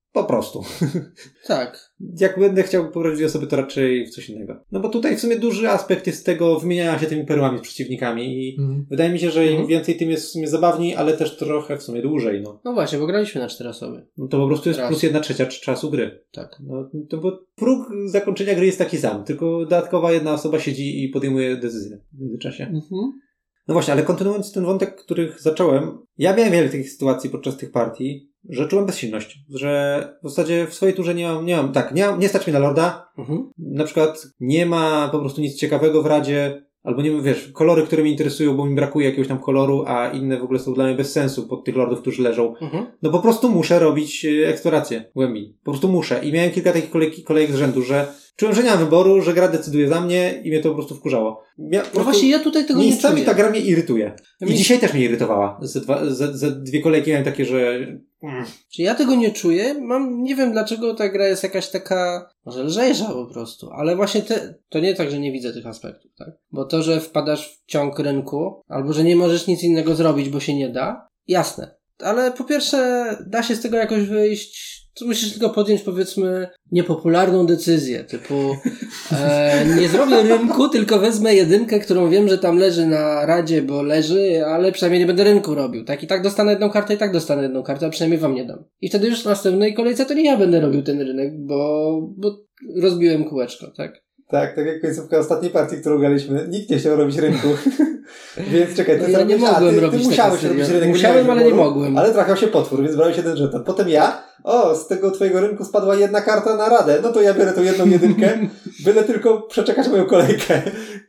Po prostu. Tak. Jak będę chciał pobrać dwie osoby, to raczej w coś innego. No bo tutaj w sumie duży aspekt jest tego wymieniania się tymi perłami z przeciwnikami i wydaje mi się, że im więcej, tym jest w sumie zabawniej, ale też trochę w sumie dłużej. No właśnie, bo graliśmy na 4 osoby. No to po prostu jest plus 1/3 czasu gry. Tak. No to bo próg zakończenia gry jest taki sam, tylko dodatkowa jedna osoba siedzi i podejmuje decyzję w międzyczasie. No właśnie, ale kontynuując ten wątek, których zacząłem, ja miałem wiele takich sytuacji podczas tych partii, że czułem bezsilność, że w zasadzie w swojej turze nie stać mi na lorda, na przykład nie ma po prostu nic ciekawego w radzie, albo nie wiem, kolory, które mnie interesują, bo mi brakuje jakiegoś tam koloru, a inne w ogóle są dla mnie bez sensu pod tych lordów, którzy leżą. No po prostu muszę robić eksplorację głębi. Po prostu muszę. I miałem kilka takich kolejek z rzędu, że czułem, że nie mam wyboru, że gra decyduje za mnie i mnie to po prostu wkurzało. No właśnie, ja tutaj tego nie czuję. Miejscami ta gra mnie irytuje. I dzisiaj też mnie irytowała. Ze dwie kolejki miałem takie, że... Czy ja tego nie czuję? Nie wiem dlaczego ta gra jest jakaś taka, może lżejsza po prostu, ale właśnie to nie tak, że nie widzę tych aspektów, tak? Bo to, że wpadasz w ciąg rynku, albo że nie możesz nic innego zrobić, bo się nie da, jasne. Ale po pierwsze, da się z tego jakoś wyjść, to musisz tylko podjąć, powiedzmy, niepopularną decyzję, typu nie zrobię rynku, tylko wezmę jedynkę, którą wiem, że tam leży na radzie, bo leży, ale przynajmniej nie będę rynku robił. Tak i tak dostanę jedną kartę, i tak dostanę jedną kartę, a przynajmniej wam nie dam. I wtedy już w następnej kolejce to nie ja będę robił ten rynek, bo rozbiłem kółeczko, tak? Tak jak końcówka ostatniej partii, którą graliśmy, nikt nie chciał robić rynku. Więc czekaj, ja nie mogłem robić ty musiałeś robić rynek. Musiałem, ale nie mogłem. Ale trafiał się potwór, więc brałeś jeden żeton. Potem ja, z tego twojego rynku spadła jedna karta na radę, no to ja biorę tą jedną jedynkę, byle tylko przeczekać moją kolejkę.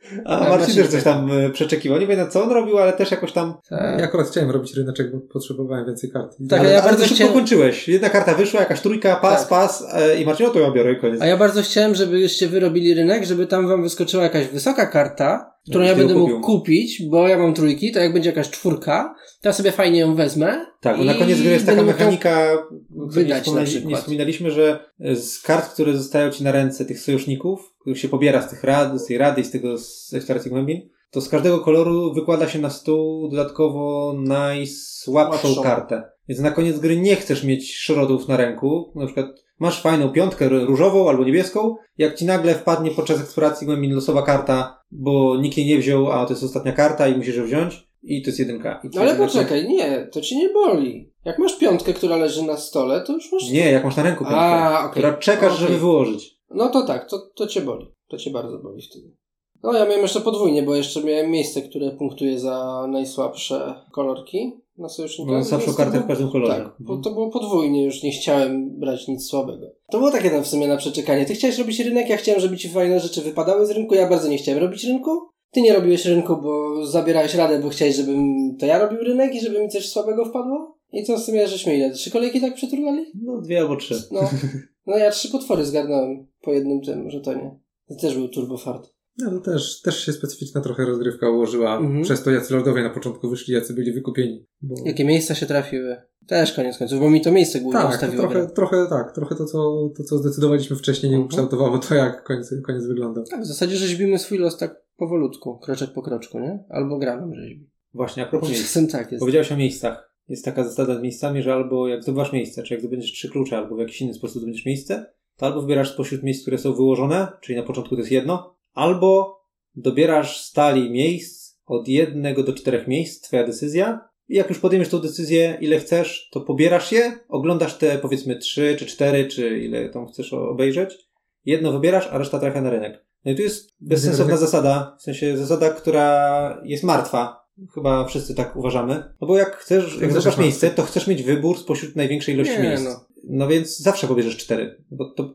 A Marcin też coś tam przeczekiwał. Nie wiem co on robił, ale też jakoś tam... Ja akurat chciałem robić ryneczek, bo potrzebowałem więcej kart. Tak, ale ja bardzo szybko kończyłeś. Jedna karta wyszła, jakaś trójka, pas i Marcin, to ja biorę, koniec. A ja bardzo chciałem, żebyście wy robili rynek, żeby tam wam wyskoczyła jakaś wysoka karta, którą ja będę mógł kupić, bo ja mam trójki, to jak będzie jakaś 4, to ja sobie fajnie ją wezmę. Tak, bo na koniec gry jest taka mechanika, wydać na przykład. Nie wspominaliśmy, że z kart, które zostają ci na ręce tych sojuszników, których się pobiera z tej rady i z eksploracji głębin, to z każdego koloru wykłada się na stół dodatkowo najsłabszą kartę. Więc na koniec gry nie chcesz mieć szrodów na ręku, na przykład masz fajną piątkę różową albo niebieską, jak ci nagle wpadnie podczas eksploracji głębin losowa karta, bo nikt jej nie wziął, a to jest ostatnia karta i musisz ją wziąć i to jest jedynka. Ale poczekaj, nie, to ci nie boli. Jak masz piątkę, która leży na stole, to już masz... Nie, jak masz na ręku piątkę, która czekasz, żeby wyłożyć. No to tak, to cię boli. To cię bardzo boli wtedy. No ja miałem jeszcze podwójnie, bo jeszcze miałem miejsce, które punktuje za najsłabsze kolorki na sojusznika. Najsłabszą kartę w każdym kolorze. Tak, bo to było podwójnie, już nie chciałem brać nic słabego. To było takie tam w sumie na przeczekanie. Ty chciałeś robić rynek, ja chciałem, żeby ci fajne rzeczy wypadały z rynku, ja bardzo nie chciałem robić rynku. Ty nie robiłeś rynku, bo zabierałeś radę, bo chciałeś, żebym to ja robił rynek i żeby mi coś słabego wpadło. I co w sumie żeśmy ile? 3 kolejki tak przeturlali? No 2 albo 3. No ja 3 potwory zgarnąłem po jednym tym żetonie. To też był turbo fart. No to też się specyficzna trochę rozgrywka ułożyła. Przez to jacy lordowie na początku wyszli, jacy byli wykupieni. Bo... Jakie miejsca się trafiły. Też koniec końców, bo mi to miejsce głównie ustawiło. Trochę to, co zdecydowaliśmy wcześniej, nie ukształtowało to, jak koniec wyglądał. Tak, w zasadzie rzeźbimy swój los tak powolutku, kroczek po kroczku, nie? Albo gramy rzeźbi. Właśnie, a propos miejsc. Tak jest. Powiedziałeś o miejscach. Jest taka zasada z miejscami, że albo jak zdobywasz miejsce, czy jak zdobędziesz 3 klucze, albo w jakiś inny sposób zdobędziesz miejsce, to albo wybierasz spośród miejsc, które są wyłożone, czyli na początku to jest jedno, albo dobierasz stali miejsc od 1 do 4 miejsc, twoja decyzja. I jak już podejmiesz tą decyzję, ile chcesz, to pobierasz je, oglądasz te powiedzmy 3 czy 4, czy ile tam chcesz obejrzeć. Jedno wybierasz, a reszta trafia na rynek. No i tu jest bezsensowna zasada, w sensie zasada, która jest martwa. Chyba wszyscy tak uważamy. No bo jak zdobywasz miejsce, to chcesz mieć wybór spośród największej ilości miejsc. No więc zawsze pobierzesz 4. Bo to,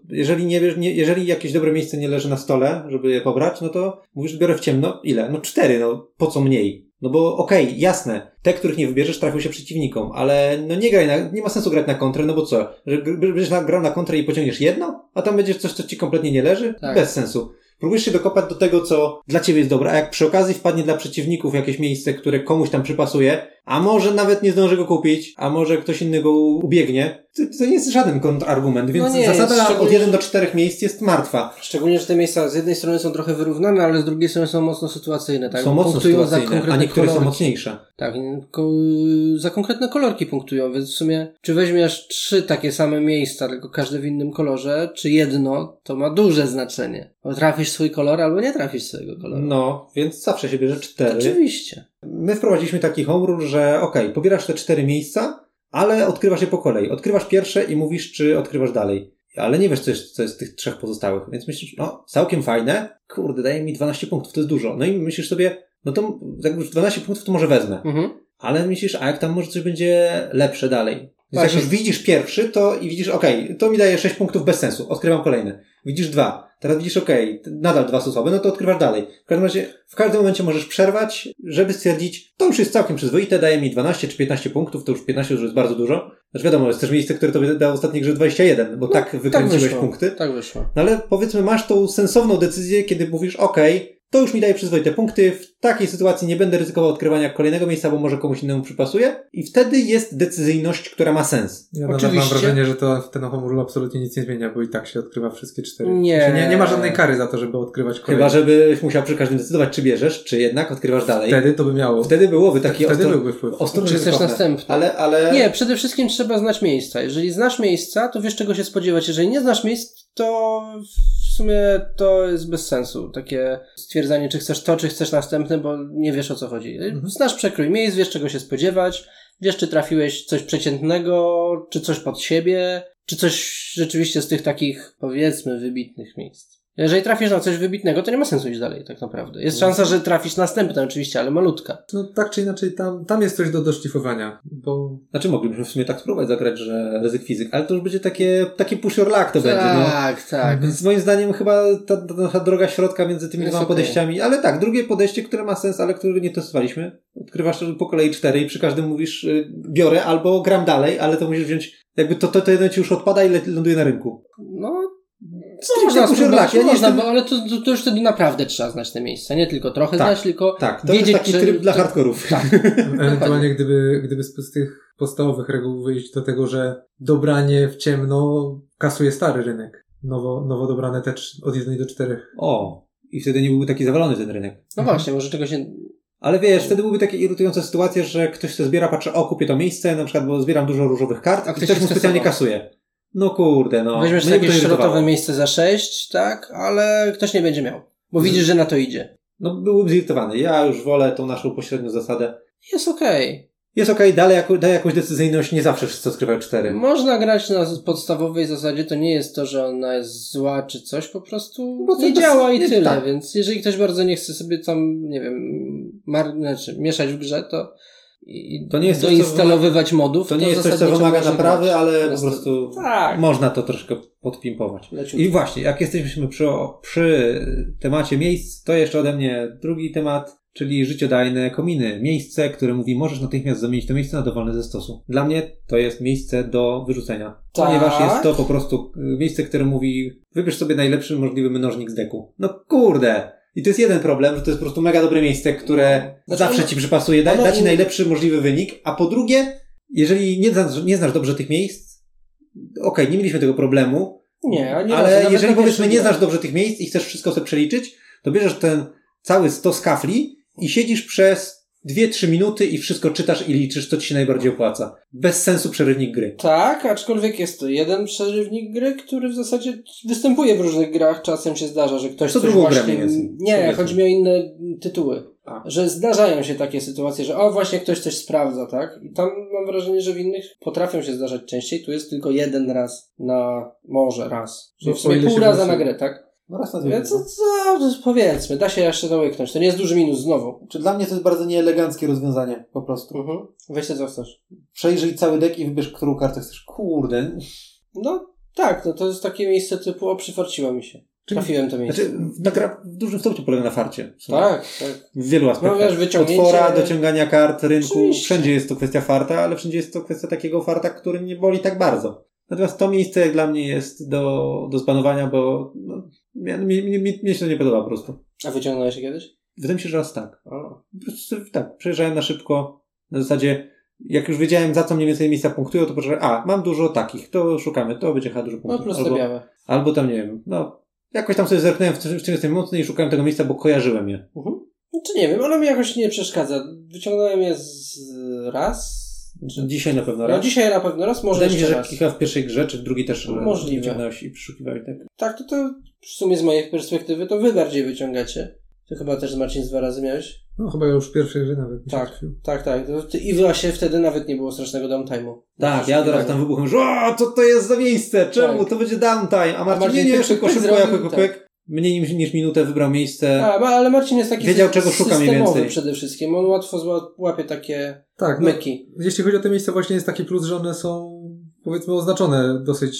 jeżeli jakieś dobre miejsce nie leży na stole, żeby je pobrać, no to mówisz, biorę w ciemno. Ile? No 4, no po co mniej? No bo okej, jasne, te, których nie wybierzesz, trafią się przeciwnikom, ale no nie ma sensu grać na kontrę, no bo co? Że będziesz grał na kontrę i pociągniesz jedno, a tam będziesz coś, co ci kompletnie nie leży? Tak. Bez sensu. Próbujesz się dokopać do tego, co dla ciebie jest dobre, a jak przy okazji wpadnie dla przeciwników jakieś miejsce, które komuś tam przypasuje, a może nawet nie zdąży go kupić, a może ktoś innego ubiegnie. To nie jest żaden kontrargument, więc zasada od 1 do 4 miejsc jest martwa. Szczególnie, że te miejsca z jednej strony są trochę wyrównane, ale z drugiej strony są mocno sytuacyjne. Tak? Są mocno sytuacyjne, a niektóre są mocniejsze. Tak, za konkretne kolorki punktują, więc w sumie czy weźmiesz 3 takie same miejsca, tylko każde w innym kolorze, czy jedno, to ma duże znaczenie. Bo trafisz swój kolor albo nie trafisz swojego koloru. No, więc zawsze się bierze 4. Oczywiście. My wprowadziliśmy taki home rule, że pobierasz te 4 miejsca, ale odkrywasz je po kolei. Odkrywasz pierwsze i mówisz, czy odkrywasz dalej. Ale nie wiesz, co jest z tych 3 pozostałych. Więc myślisz, całkiem fajne. Kurde, daje mi 12 punktów, to jest dużo. No i myślisz sobie, no to jak już 12 punktów, to może wezmę. Ale myślisz, a jak tam może coś będzie lepsze dalej? Więc jak już widzisz pierwszy, to i widzisz, to mi daje 6 punktów bez sensu. Odkrywam kolejne. Widzisz 2. Teraz widzisz, nadal 2 są słabe, no to odkrywasz dalej. W każdym razie, w każdym momencie możesz przerwać, żeby stwierdzić, to już jest całkiem przyzwoite, daje mi 12 czy 15 punktów, to już 15 już jest bardzo dużo. Znaczy wiadomo, jest też miejsce, które tobie dało ostatniej grze 21, bo tak wykręciłeś punkty. Tak wyszło. No ale powiedzmy, masz tą sensowną decyzję, kiedy mówisz, to już mi daje przyzwoite punkty, w takiej sytuacji nie będę ryzykował odkrywania kolejnego miejsca, bo może komuś innemu przypasuje i wtedy jest decyzyjność, która ma sens. Ja oczywiście mam wrażenie, że to ten home rule absolutnie nic nie zmienia, bo i tak się odkrywa wszystkie 4. Nie ma żadnej kary za to, żeby odkrywać kolejne. Chyba, żebyś musiał przy każdym decydować, czy bierzesz, czy jednak odkrywasz dalej. Wtedy to by miało. Wtedy byłoby taki byłby wpływ. Czy chcesz następny. Ale... Nie, przede wszystkim trzeba znać miejsca. Jeżeli znasz miejsca, to wiesz, czego się spodziewać. Jeżeli nie znasz miejsc, to w sumie to jest bez sensu. Takie stwierdzenie, czy chcesz to, czy chcesz następne, bo nie wiesz, o co chodzi. Znasz przekrój miejsc, wiesz, czego się spodziewać, wiesz, czy trafiłeś coś przeciętnego, czy coś pod siebie, czy coś rzeczywiście z tych takich, powiedzmy, wybitnych miejsc. Jeżeli trafisz na coś wybitnego, to nie ma sensu iść dalej, tak naprawdę. Jest szansa, że trafisz następne oczywiście, ale malutka. No tak czy inaczej, tam jest coś do doszlifowania, bo... Znaczy moglibyśmy w sumie tak spróbować zagrać, że ryzyk fizyk, ale to już będzie takie push your luck to będzie, no. Tak. Więc moim zdaniem chyba ta droga środka między tymi dwoma podejściami, ale tak, drugie podejście, które ma sens, ale którego nie testowaliśmy. Odkrywasz po kolei 4 i przy każdym mówisz, biorę albo gram dalej, ale to musisz wziąć, jakby to jeden ci już odpada i ląduje na rynku. No, można spróbować, ale to już wtedy naprawdę trzeba znać te miejsca. Nie tylko trochę znać, tylko to wiedzieć, jest taki tryb dla hardkorów. Tak. Ewentualnie gdyby z tych podstawowych reguł wyjść do tego, że dobranie w ciemno kasuje stary rynek. Nowo dobrane te od 1 do 4. I wtedy nie byłby taki zawalony ten rynek. No właśnie, może czego się... Ale wiesz, wtedy byłyby takie irytujące sytuacje, że ktoś to zbiera, patrzy, kupię to miejsce, na przykład, bo zbieram dużo różowych kart, a ktoś mu specjalnie kasuje. No kurde, no. Weźmiesz takie szrotowe miejsce za 6, tak, ale ktoś nie będzie miał, bo widzisz, że na to idzie. No byłbym zirytowany. Ja już wolę tą naszą pośrednią zasadę. Jest okej. Jest okej, daj jakąś decyzyjność, nie zawsze wszyscy odkrywają 4. Można grać na podstawowej zasadzie, to nie jest to, że ona jest zła czy coś, po prostu nie działa i tyle, tak. Więc jeżeli ktoś bardzo nie chce sobie tam, nie wiem, mieszać w grze, to nie jest doinstalowywać modów. To nie jest coś, co wymaga naprawy, ale po prostu można to troszkę podpimpować. I właśnie, jak jesteśmy przy temacie miejsc, to jeszcze ode mnie drugi temat, czyli życiodajne kominy. Miejsce, które mówi, możesz natychmiast zamienić to miejsce na dowolne ze stosu. Dla mnie to jest miejsce do wyrzucenia. Ponieważ jest to po prostu miejsce, które mówi, wybierz sobie najlepszy możliwy mnożnik z deku. No kurde! I to jest jeden problem, że to jest po prostu mega dobre miejsce, które zawsze ci przypasuje, da ci najlepszy możliwy wynik, a po drugie, jeżeli nie znasz dobrze tych miejsc, nie mieliśmy tego problemu, ale jeżeli powiedzmy nie znasz dobrze tych miejsc i chcesz wszystko sobie przeliczyć, to bierzesz ten cały stos kafli i siedzisz przez 2-3 minuty i wszystko czytasz i liczysz, co ci się najbardziej opłaca. Bez sensu przerywnik gry. Tak, aczkolwiek jest to jeden przerywnik gry, który w zasadzie występuje w różnych grach. Czasem się zdarza, że ktoś coś właśnie... Nie, chodzi mi o inne tytuły. Że zdarzają się takie sytuacje, że właśnie ktoś coś sprawdza, tak? I tam mam wrażenie, że w innych potrafią się zdarzać częściej. Tu jest tylko jeden raz może raz. Czyli w sumie pół raza na grę, tak? No raz na dwie. Więc powiedzmy, da się jeszcze to łyknąć. To nie jest duży minus znowu. Czy dla mnie to jest bardzo nieeleganckie rozwiązanie, po prostu. Weź co chcesz. Przejrzyj cały deck i wybierz, którą kartę chcesz. Kurde. No tak, to jest takie miejsce typu przyfarciło mi się. Trafiłem to miejsce. Ta gra w dużym stopniu polega na farcie. Tak. W wielu aspektach. No wiesz, wyciągnięcie... Potwora, dociągania kart, rynku. Oczywiście. Wszędzie jest to kwestia farta, ale wszędzie jest to kwestia takiego farta, który nie boli tak bardzo. Natomiast to miejsce jak dla mnie jest do zbanowania, bo mnie się to nie podoba po prostu. A wyciągnąłeś się kiedyś? Wydaje mi się, że raz tak. Po prostu tak, przejeżdżałem na szybko. Na zasadzie, jak już wiedziałem, za co mniej więcej miejsca punktują, to poczekaj, mam dużo takich, to szukamy, to będzie chyba dużo punktów. No proste białe. Albo tam, nie wiem, jakoś tam sobie zerknąłem, w czym jestem mocny i szukałem tego miejsca, bo kojarzyłem je. Czy nie wiem, ale mi jakoś nie przeszkadza. Wyciągnąłem je raz. Dzisiaj na pewno raz. Dzisiaj na pewno raz, może wydaje mi się, raz. że chyba w pierwszej grze, czy w drugiej też wyciągnąłeś i przeszukiwałeś, tak? Tak, to w sumie z mojej perspektywy to wy bardziej wyciągacie. Ty chyba też z Marcin 2 razy miałeś? No chyba już w pierwszej grze nawet. Tak. I właśnie wtedy nawet nie było strasznego downtime'u. Tak, ja teraz tam wybuchłem, że co to jest za miejsce? Czemu? Tak. To będzie downtime. A Marcin nie, szybko, pyk. Mniej niż minutę wybrał miejsce. Ale Marcin jest taki wiedział, czego szuka mniej więcej. Przede wszystkim. On łatwo łapie takie myki. Jeśli chodzi o te miejsca, właśnie jest taki plus, że one są, powiedzmy, oznaczone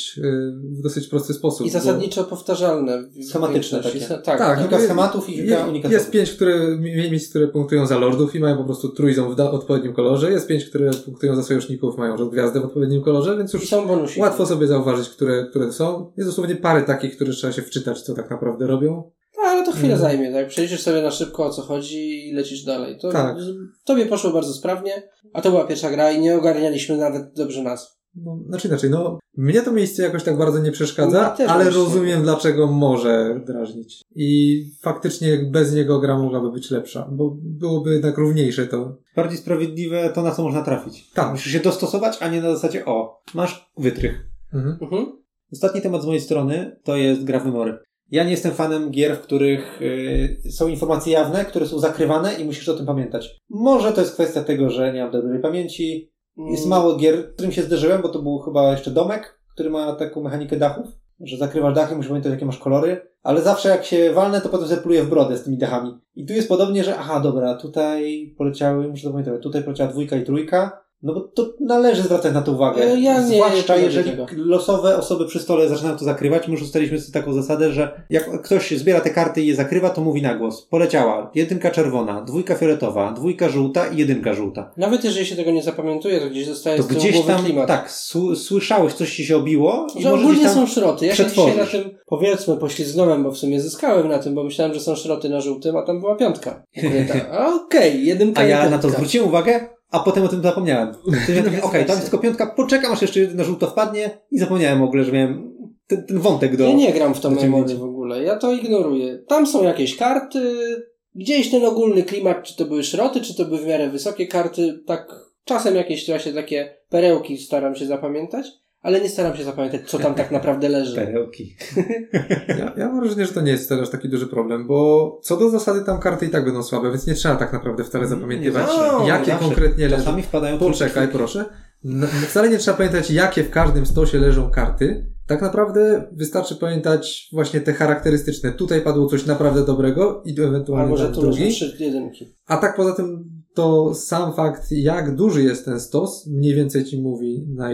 w dosyć prosty sposób. I zasadniczo powtarzalne. Schematyczne takie. Tak. Kilka schematów i kilka unikatów. Jest 5 miejsc, które punktują za lordów i mają po prostu trójząb w odpowiednim kolorze. Jest 5, które punktują za sojuszników, mają gwiazdę w odpowiednim kolorze, więc już są bonusiki. Łatwo sobie zauważyć, które są. Jest dosłownie parę takich, które trzeba się wczytać, co tak naprawdę robią. Ale to chwilę zajmie, tak? Przejrzysz sobie na szybko, o co chodzi i lecisz dalej. Tobie poszło bardzo sprawnie, a to była pierwsza gra i nie ogarnialiśmy nawet dobrze nazw. Inaczej, mnie to miejsce jakoś tak bardzo nie przeszkadza, ale rozumiem, dlaczego może drażnić. I faktycznie bez niego gra mogłaby być lepsza, bo byłoby jednak równiejsze to. Bardziej sprawiedliwe to, na co można trafić. Tak. Musisz się dostosować, a nie na zasadzie, masz wytrych. Ostatni temat z mojej strony to jest gra w memory. Ja nie jestem fanem gier, w których są informacje jawne, które są zakrywane i musisz o tym pamiętać. Może to jest kwestia tego, że nie mam dobrej pamięci. Jest mało gier, z którym się zderzyłem, bo to był chyba jeszcze Domek, który ma taką mechanikę dachów, że zakrywasz dachy, musisz pamiętać, jakie masz kolory, ale zawsze jak się walnę, to potem zapluję w brodę z tymi dachami. I tu jest podobnie, że dobra, tutaj poleciały, muszę to pamiętać, tutaj poleciała 2 i 3, no bo to należy zwracać na to uwagę. Zwłaszcza jeżeli losowe osoby przy stole zaczynają to zakrywać. My już ustaliliśmy sobie taką zasadę, że jak ktoś zbiera te karty i je zakrywa, to mówi na głos. Poleciała 1 czerwona, 2 fioletowa, 2 żółta i 1 żółta. Nawet jeżeli się tego nie zapamiętuje, to gdzieś zostaje z tyłu głowy klimat. Tak, słyszałeś, coś ci się obiło. Że ogólnie są szroty. Ja się dzisiaj na tym, powiedzmy, poślizgnąłem, bo w sumie zyskałem na tym, bo myślałem, że są szroty na żółtym, a tam była 5. Okej, 1 A ja na to zwróciłem uwagę, a potem o tym zapomniałem. Tam jest tylko 5, poczekam, aż jeszcze 1 na żółto wpadnie i zapomniałem w ogóle, że miałem ten wątek do... Ja nie gram w to memory w ogóle, ja to ignoruję. Tam są jakieś karty, gdzieś ten ogólny klimat, czy to były szroty, czy to były w miarę wysokie karty, tak czasem jakieś właśnie takie perełki staram się zapamiętać, ale nie staram się zapamiętać, co tam tak naprawdę leży. Perełki. Ja mam wrażenie, że to nie jest też taki duży problem, bo co do zasady tam karty i tak będą słabe, więc nie trzeba tak naprawdę wcale zapamiętywać, jakie konkretnie leżą. Czasami wpadają... Poczekaj, proszę. Wcale nie trzeba pamiętać, jakie w każdym stosie leżą karty. Tak naprawdę wystarczy pamiętać właśnie te charakterystyczne. Tutaj padło coś naprawdę dobrego i ewentualnie może tu drugi. 3 jedynki. A tak poza tym to sam fakt, jak duży jest ten stos, mniej więcej ci mówi, na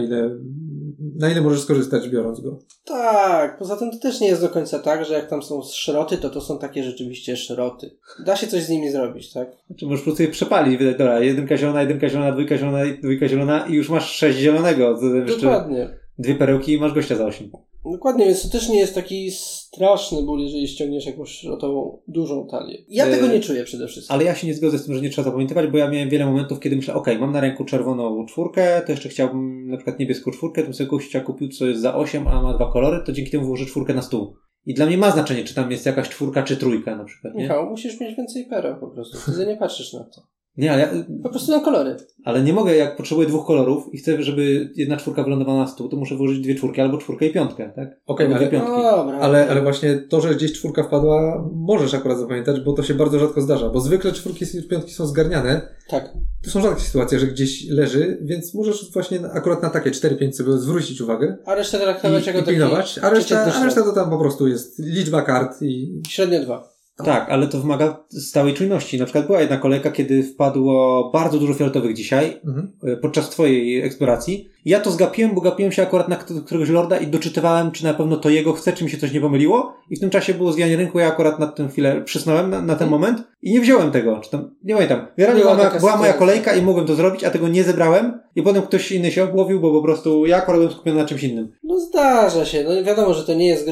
ile możesz skorzystać, biorąc go. Tak, poza tym to też nie jest do końca tak, że jak tam są szroty, to są takie rzeczywiście szroty. Da się coś z nimi zrobić, tak? Znaczy możesz po prostu je przepalić, wydać, dobra, 1 zielona, 1 zielona, 2 zielona, 2 zielona i już masz 6 zielonego. Dokładnie. 2 perełki i masz gościa za 8. Dokładnie, więc to też nie jest taki straszny ból, jeżeli ściągniesz jakąś tą dużą talię. Ja tego nie czuję przede wszystkim. Ale ja się nie zgodzę z tym, że nie trzeba zapamiętywać, bo ja miałem wiele momentów, kiedy myślę, mam na ręku czerwoną 4, to jeszcze chciałbym na przykład niebieską 4, to bym sobie gościa kupił, co jest za 8, a ma 2 kolory, to dzięki temu włożę 4 na stół. I dla mnie ma znaczenie, czy tam jest jakaś 4 czy 3 na przykład, nie? Michał, musisz mieć więcej pereł po prostu. Wtedy nie patrzysz na to. Nie, ale po prostu na kolory. Ale nie mogę, jak potrzebuję 2 kolorów i chcę, żeby 1 4 wylądowała na stół, to muszę włożyć 2 4 albo 4 i 5, tak? Okej, ale właśnie to, że gdzieś 4 wpadła, możesz akurat zapamiętać, bo to się bardzo rzadko zdarza, bo zwykle 4 i 5 są zgarniane. Tak. To są rzadkie sytuacje, że gdzieś leży, więc możesz właśnie akurat na takie 4-5 sobie zwrócić uwagę. A resztę traktować jako pilnować, a reszta to tam po prostu jest liczba kart i... Średnio 2. Tak, ale to wymaga stałej czujności. Na przykład była jedna kolejka, kiedy wpadło bardzo dużo fioletowych dzisiaj, podczas twojej eksploracji. I ja to zgapiłem, bo gapiłem się akurat na któregoś lorda i doczytywałem, czy na pewno to jego chce, czy mi się coś nie pomyliło. I w tym czasie było zwijanie rynku, ja akurat na tę chwilę przysnąłem na ten moment i nie wziąłem tego. Czy tam, nie pamiętam. Była moja kolejka i mogłem to zrobić, a tego nie zebrałem. I potem ktoś inny się obłowił, bo po prostu ja akurat byłem skupiony na czymś innym. No zdarza się. No wiadomo, że to nie jest gra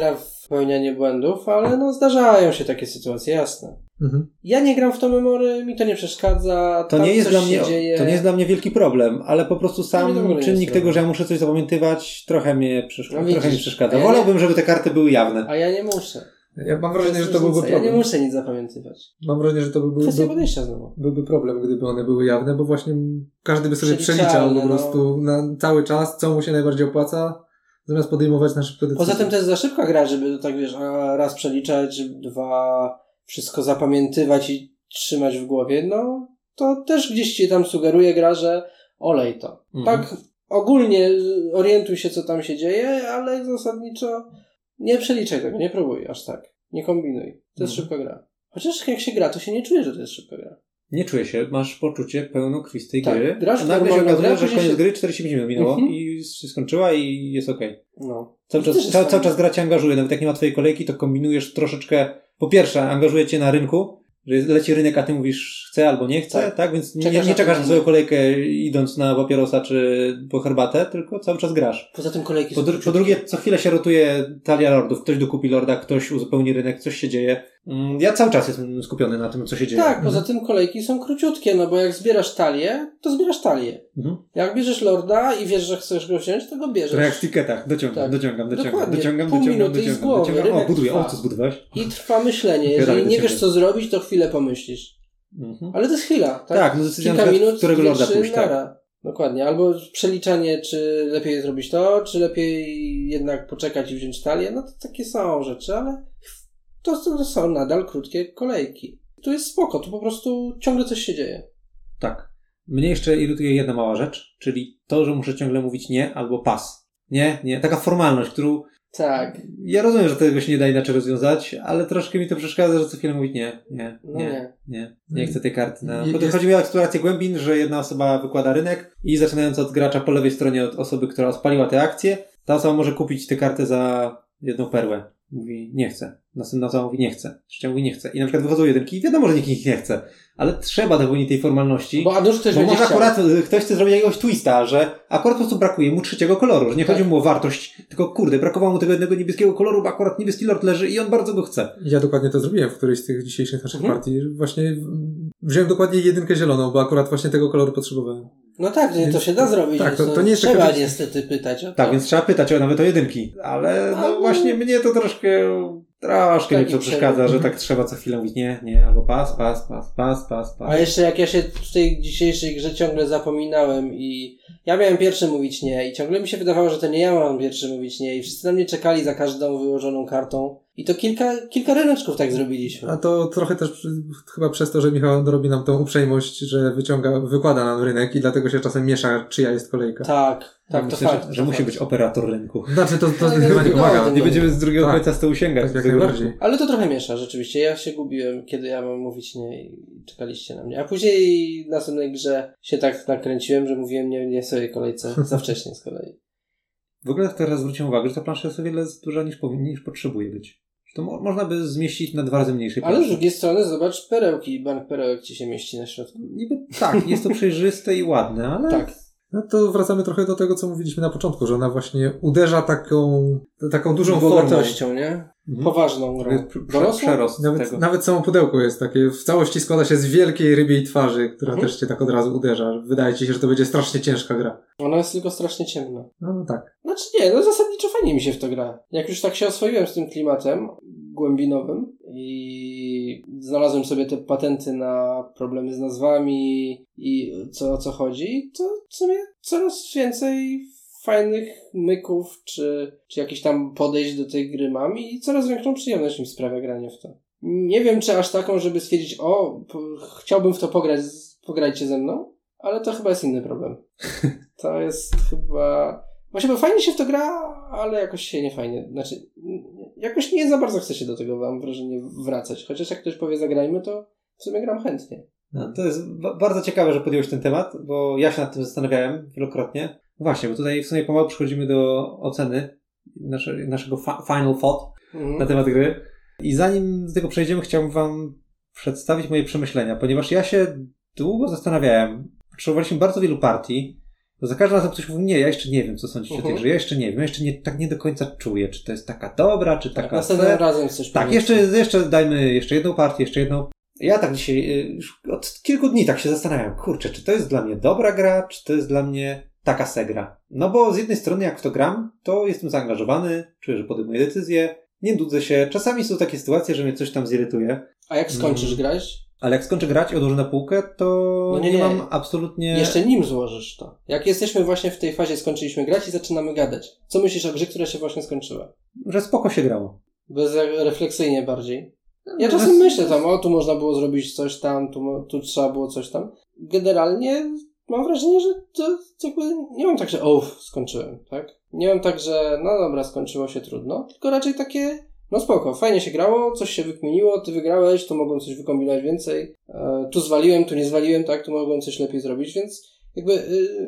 popełnianie błędów, ale no zdarzają się takie sytuacje, jasne. Ja nie gram w to memory, mi to nie przeszkadza. To nie jest dla mnie wielki problem, ale po prostu sam czynnik tego, że ja muszę coś zapamiętywać, trochę mnie przeszkadza. Wolałbym, żeby te karty były jawne. A ja nie muszę. Ja mam wrażenie, że to byłby problem. Ja nie muszę nic zapamiętywać. Mam wrażenie, że to byłby problem, gdyby one były jawne, bo właśnie każdy by sobie przeliczał po prostu na cały czas, co mu się najbardziej opłaca, zamiast podejmować na szybko decyzje. Poza tym to jest za szybka gra, żeby tak wiesz, raz przeliczać, dwa wszystko zapamiętywać i trzymać w głowie. No to też gdzieś ci tam sugeruje gra, że olej to. Tak ogólnie orientuj się, co tam się dzieje, ale zasadniczo nie przeliczaj tego, nie próbuj aż tak. Nie kombinuj. To jest szybka gra. Chociaż jak się gra, to się nie czuje, że to jest szybka gra. Nie czuję się. Masz poczucie pełnokrwistej gry. Grasz a nagle się okazuje, że koniec gry 45 minut minęło i się skończyła i jest okej. No. Cały czas gra cię angażuje. Nawet jak nie ma twojej kolejki, to kombinujesz troszeczkę. Po pierwsze, angażuje cię na rynku, że leci rynek, a ty mówisz chcę albo nie chcę, tak? Więc nie czekasz na swoją kolejkę idąc na papierosa czy po herbatę, tylko cały czas grasz. Poza tym kolejki po drugie, co chwilę się rotuje talia lordów. Ktoś dokupi lorda, ktoś uzupełni rynek, coś się dzieje. Ja cały czas jestem skupiony na tym, co się dzieje. Tak, poza tym kolejki są króciutkie, no bo jak zbierasz talię, to zbierasz talię. Jak bierzesz lorda i wiesz, że chcesz go wziąć, to go bierzesz. To jak w tiketach. Dociągam. O, buduję. O, co zbudowałeś? I trwa myślenie. Jeżeli nie wiesz, co zrobić, to chwilę pomyślisz. Ale to jest chwila, tak? Tak, no decyzja kilka minut, którego lorda pójść, tak. Dokładnie. Albo przeliczanie, czy lepiej zrobić to, czy lepiej jednak poczekać i wziąć talię. No to takie są rzeczy, ale to są nadal krótkie kolejki. Tu jest spoko, tu po prostu ciągle coś się dzieje. Tak. Mnie jeszcze irytuje jedna mała rzecz, czyli to, że muszę ciągle mówić nie albo pas. Nie. Taka formalność, którą... Tak. Ja rozumiem, że tego się nie da inaczej rozwiązać, ale troszkę mi to przeszkadza, że co chwilę mówić nie chcę tej karty. Chodzi mi o eksplorację głębin, że jedna osoba wykłada rynek i zaczynając od gracza po lewej stronie od osoby, która odpaliła tę akcję, ta osoba może kupić tę kartę za 1 perłę. Mówi nie chcę. Następna osoba mówi nie chcę. Trzecia mówi nie chcę. I na przykład wychodzą jedynki i wiadomo, że nikt ich nie chce. Ale trzeba dopełnić tej formalności. Bo może akurat ktoś chce zrobić jakiegoś twista, że akurat po prostu brakuje mu 3. koloru. Że nie chodzi mu o wartość, tylko kurde, brakowało mu tego jednego niebieskiego koloru, bo akurat niebieski lord leży i on bardzo go chce. Ja dokładnie to zrobiłem w którejś z tych dzisiejszych naszych partii. Właśnie wziąłem dokładnie 1 zieloną, bo akurat właśnie tego koloru potrzebowałem. No tak, więc to się da zrobić. Tak, to nie trzeba taka... niestety pytać o to. Tak, więc trzeba pytać nawet o jedynki. Ale właśnie mnie to troszkę mi to przeszkadza, że tak trzeba co chwilę mówić nie, albo pas. A jeszcze jak ja się w tej dzisiejszej grze ciągle zapominałem i ja miałem pierwszy mówić nie i ciągle mi się wydawało, że to nie ja mam pierwszy mówić nie i wszyscy na mnie czekali za każdą wyłożoną kartą i to kilka ryneczków tak zrobiliśmy. A to trochę też chyba przez to, że Michał robi nam tą uprzejmość, że wykłada nam rynek i dlatego się czasem miesza, czyja jest kolejka. Tak, myślę, to fakt. Że musi być operator rynku. Znaczy to zdecydowanie pomaga. Nie będziemy z drugiego końca stołu sięgać. Tak, jak najbardziej. Ale to trochę miesza, rzeczywiście. Ja się gubiłem, kiedy ja mam mówić nie i czekaliście na mnie. A później w następnej grze się tak nakręciłem, że mówiłem nie swojej kolejce. Za wcześnie z kolei. W ogóle teraz zwróciłem uwagę, że ta plansza jest o wiele za duża niż potrzebuje być. To można by zmieścić na 2 razy mniejszej planszy. Ale z drugiej strony zobacz perełki. Bank perełek ci się mieści na środku. Niby tak, jest to przejrzyste i ładne, ale... Tak. No to wracamy trochę do tego, co mówiliśmy na początku, że ona właśnie uderza taką dużą bogatością, nie? Poważną grą. Przerost nawet samo pudełko jest takie, w całości składa się z wielkiej rybiej twarzy, która też cię tak od razu uderza. Wydaje ci się, że to będzie strasznie ciężka gra. Ona jest tylko strasznie ciemna. No tak. Znaczy zasadniczo fajnie mi się w to gra. Jak już tak się oswoiłem z tym klimatem głębinowym i znalazłem sobie te patenty na problemy z nazwami i o co chodzi, to w sumie coraz więcej fajnych myków, czy jakichś tam podejść do tej gry mam i coraz większą przyjemność mi sprawia granie w to. Nie wiem, czy aż taką, żeby stwierdzić, chciałbym w to pograć, pograjcie ze mną, ale to chyba jest inny problem. To jest chyba... Właśnie, bo fajnie się w to gra, ale jakoś się nie fajnie. Znaczy, jakoś nie za bardzo chce się do tego, mam wrażenie, wracać. Chociaż jak ktoś powie zagrajmy, to w sumie gram chętnie. No, to jest bardzo ciekawe, że podjąłeś ten temat, bo ja się nad tym zastanawiałem wielokrotnie. Właśnie, bo tutaj w sumie pomału przechodzimy do oceny naszego final thought na temat gry. I zanim do tego przejdziemy, chciałbym wam przedstawić moje przemyślenia, ponieważ ja się długo zastanawiałem. Potrzebowaliśmy bardzo wielu partii to za każdym razem ktoś mówi, nie, ja jeszcze nie wiem, co sądzić o tej grze, ja jeszcze nie wiem, ja jeszcze tak nie do końca czuję, czy to jest taka dobra, czy taka... Następnym razem coś tak, jeszcze dajmy jeszcze jedną partię, jeszcze jedną. Ja tak dzisiaj już od kilku dni tak się zastanawiam, kurczę, czy to jest dla mnie dobra gra, czy to jest dla mnie taka gra. No bo z jednej strony jak w to gram, to jestem zaangażowany, czuję, że podejmuję decyzje, nie nudzę się. Czasami są takie sytuacje, że mnie coś tam zirytuje. A jak skończysz grać? Ale jak skończę grać i odłożę na półkę, to nie mam absolutnie... Jeszcze nim złożysz to. Jak jesteśmy właśnie w tej fazie, skończyliśmy grać i zaczynamy gadać. Co myślisz o grze, która się właśnie skończyła? Że spoko się grało. Bezrefleksyjnie bardziej. Ja czasem myślę tam, tu można było zrobić coś tam, tu trzeba było coś tam. Generalnie mam wrażenie, że to jakby nie mam tak, że skończyłem, tak? Nie mam tak, że no dobra, skończyło się trudno, tylko raczej takie, no spoko, fajnie się grało, coś się wykminiło, ty wygrałeś, tu mogłem coś wykombinować więcej, tu zwaliłem, tu nie zwaliłem, tak? Tu mogłem coś lepiej zrobić, więc jakby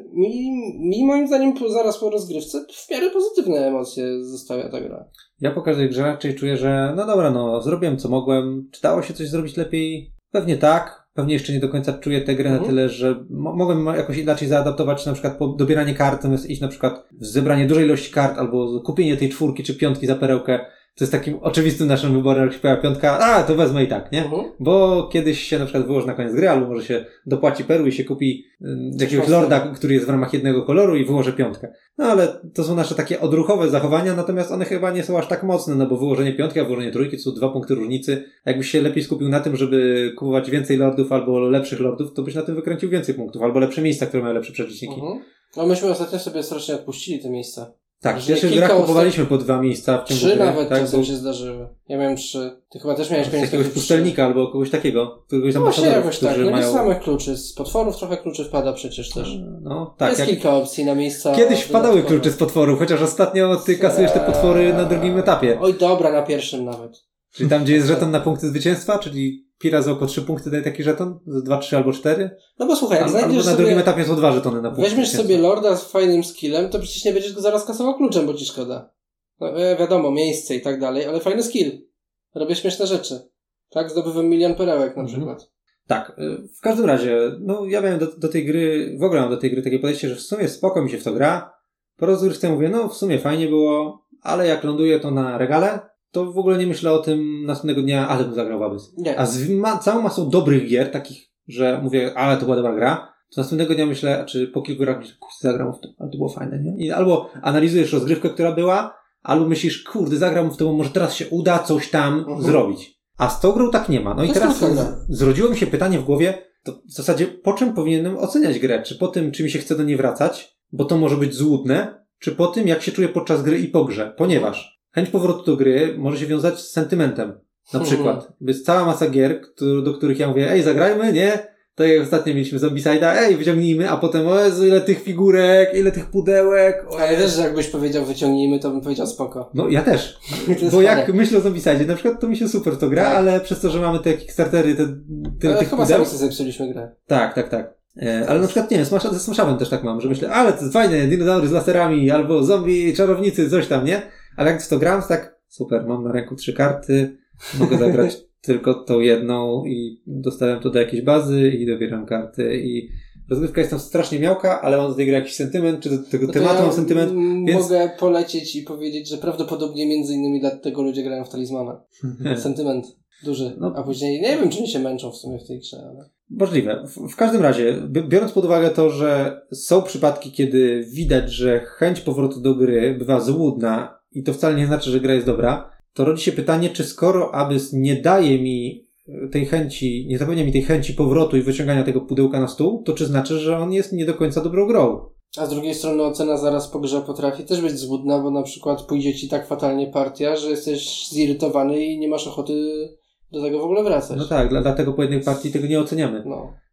mi moim zdaniem zaraz po rozgrywce w miarę pozytywne emocje zostawia ta gra. Ja po każdej grze raczej czuję, że no dobra, zrobiłem co mogłem. Czy dało się coś zrobić lepiej? Pewnie tak. Pewnie jeszcze nie do końca czuję tę grę na tyle, że mogłem jakoś inaczej zaadaptować, na przykład po dobieranie kart, zamiast iść na przykład w zebranie dużej ilości kart albo kupienie tej 4 czy 5 za perełkę. To jest takim oczywistym naszym wyborem, jak się pojawia 5, to wezmę i tak, nie? Bo kiedyś się na przykład wyłoży na koniec gry, albo może się dopłaci perły i się kupi jakiegoś lorda, który jest w ramach jednego koloru i wyłoży 5. No ale to są nasze takie odruchowe zachowania, natomiast one chyba nie są aż tak mocne, no bo wyłożenie 5, a wyłożenie 3 to są 2 punkty różnicy. Jakbyś się lepiej skupił na tym, żeby kupować więcej lordów albo lepszych lordów, to byś na tym wykręcił więcej punktów, albo lepsze miejsca, które mają lepsze przeliczniki. No myśmy ostatnio sobie strasznie odpuścili te miejsca. Tak, w pierwszych grach kupowaliśmy po 2 miejsca w ciągu 3 gry, nawet tak, czasem się zdarzyły. Ja miałem 3. Ty chyba też miałeś koniec jakiegoś pustelnika albo kogoś takiego, któregoś ambasadorów, jakoś tak. No mają... samych kluczy. Z potworów trochę kluczy wpada przecież też. No, tak. Jest kilka opcji na miejsca. Kiedyś wpadały klucze z potworów, chociaż ostatnio ty kasujesz te potwory na drugim etapie. Oj dobra, na pierwszym nawet. Czyli tam, gdzie jest żeton na punkty zwycięstwa, czyli pi razy oko 3 punkty daje taki żeton? 2, 3 albo 4? No bo słuchaj, jak znajdziesz albo na drugim etapie są 2 żetony na punkty. Weźmiesz sobie lorda z fajnym skillem, to przecież nie będziesz go zaraz kasował kluczem, bo ci szkoda. No, wiadomo, miejsce i tak dalej, ale fajny skill. Robię śmieszne rzeczy. Tak? Zdobywam 1 000 000 perełek na przykład. Tak. W każdym razie, no ja miałem do tej gry, w ogóle mam do tej gry takie podejście, że w sumie spoko mi się w to gra. Po rozgrywce mówię, no w sumie fajnie było, ale jak ląduję to na regale, to w ogóle nie myślę o tym następnego dnia, ale bym zagrał w Abyss. A z całą masą dobrych gier, takich, że mówię, ale to była dobra gra, to następnego dnia myślę, czy po kilku latach myślę, kurde, zagram w to, ale to było fajne, nie? I albo analizujesz rozgrywkę, która była, albo myślisz, kurde, zagram w to, może teraz się uda coś tam zrobić. A z tą grą tak nie ma. No i teraz zrodziło mi się pytanie w głowie, to w zasadzie po czym powinienem oceniać grę? Czy po tym, czy mi się chce do niej wracać, bo to może być złudne, czy po tym, jak się czuję podczas gry i po grze? Ponieważ chęć powrotu do gry może się wiązać z sentymentem. Na przykład. Jest cała masa gier, do których ja mówię, ej, zagrajmy, nie? Tak jak ostatnio mieliśmy Zombicide'a, ej, wyciągnijmy, a potem, o Jezu, ile tych figurek, ile tych pudełek. Ale wiesz, że jakbyś powiedział wyciągnijmy, to bym powiedział spoko. No, ja też. Bo jak myślę o Zombicide'zie, na przykład to mi się super to gra, ale przez to, że mamy te Kickstartery, tyle tych chyba sami sobie zepsuliśmy grę. Tak. Ale na przykład, nie wiem, ze Smash'em też tak mam, że myślę, ale to jest fajne, dinozaury z laserami, albo zombie, czarownicy, coś tam, nie? Ale jak w to gram, to tak, super, mam na ręku 3 karty, mogę zagrać tylko tą jedną i dostawiam to do jakiejś bazy i dobieram karty i rozgrywka jest tam strasznie miałka, ale mam do tej gry jakiś sentyment, czy do tego tematu mam sentyment, więc... Mogę polecieć i powiedzieć, że prawdopodobnie między innymi dlatego ludzie grają w Talizmana. Sentyment duży, a później nie wiem, czy oni się męczą w sumie w tej grze, ale... Możliwe. W każdym razie, biorąc pod uwagę to, że są przypadki, kiedy widać, że chęć powrotu do gry bywa złudna i to wcale nie znaczy, że gra jest dobra, to rodzi się pytanie, czy skoro Abyss nie daje mi tej chęci, nie zapewnia mi tej chęci powrotu i wyciągania tego pudełka na stół, to czy znaczy, że on jest nie do końca dobrą grą? A z drugiej strony ocena zaraz po grze potrafi też być złudna, bo na przykład pójdzie ci tak fatalnie partia, że jesteś zirytowany i nie masz ochoty do tego w ogóle wracać. No tak, dlatego po jednej partii tego nie oceniamy.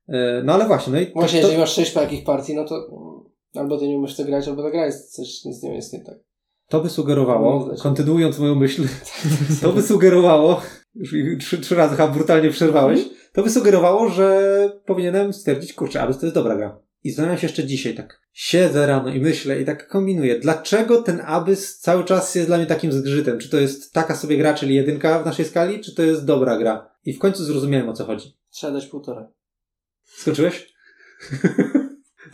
No ale właśnie. No i właśnie, jeżeli masz 6 takich partii, no to albo ty nie umiesz to grać, albo ta gra jest coś z nią jest nie tak. To by sugerowało, kontynuując moją myśl, to by sugerowało, już 3 razy chyba brutalnie przerwałeś, to by sugerowało, że powinienem stwierdzić, kurczę, Abyss to jest dobra gra. I zastanawiam się jeszcze dzisiaj, tak siedzę rano i myślę i tak kombinuję, dlaczego ten Abyss cały czas jest dla mnie takim zgrzytem? Czy to jest taka sobie gra, czyli 1 w naszej skali, czy to jest dobra gra? I w końcu zrozumiałem, o co chodzi. Trzeba dać 1,5. Skończyłeś?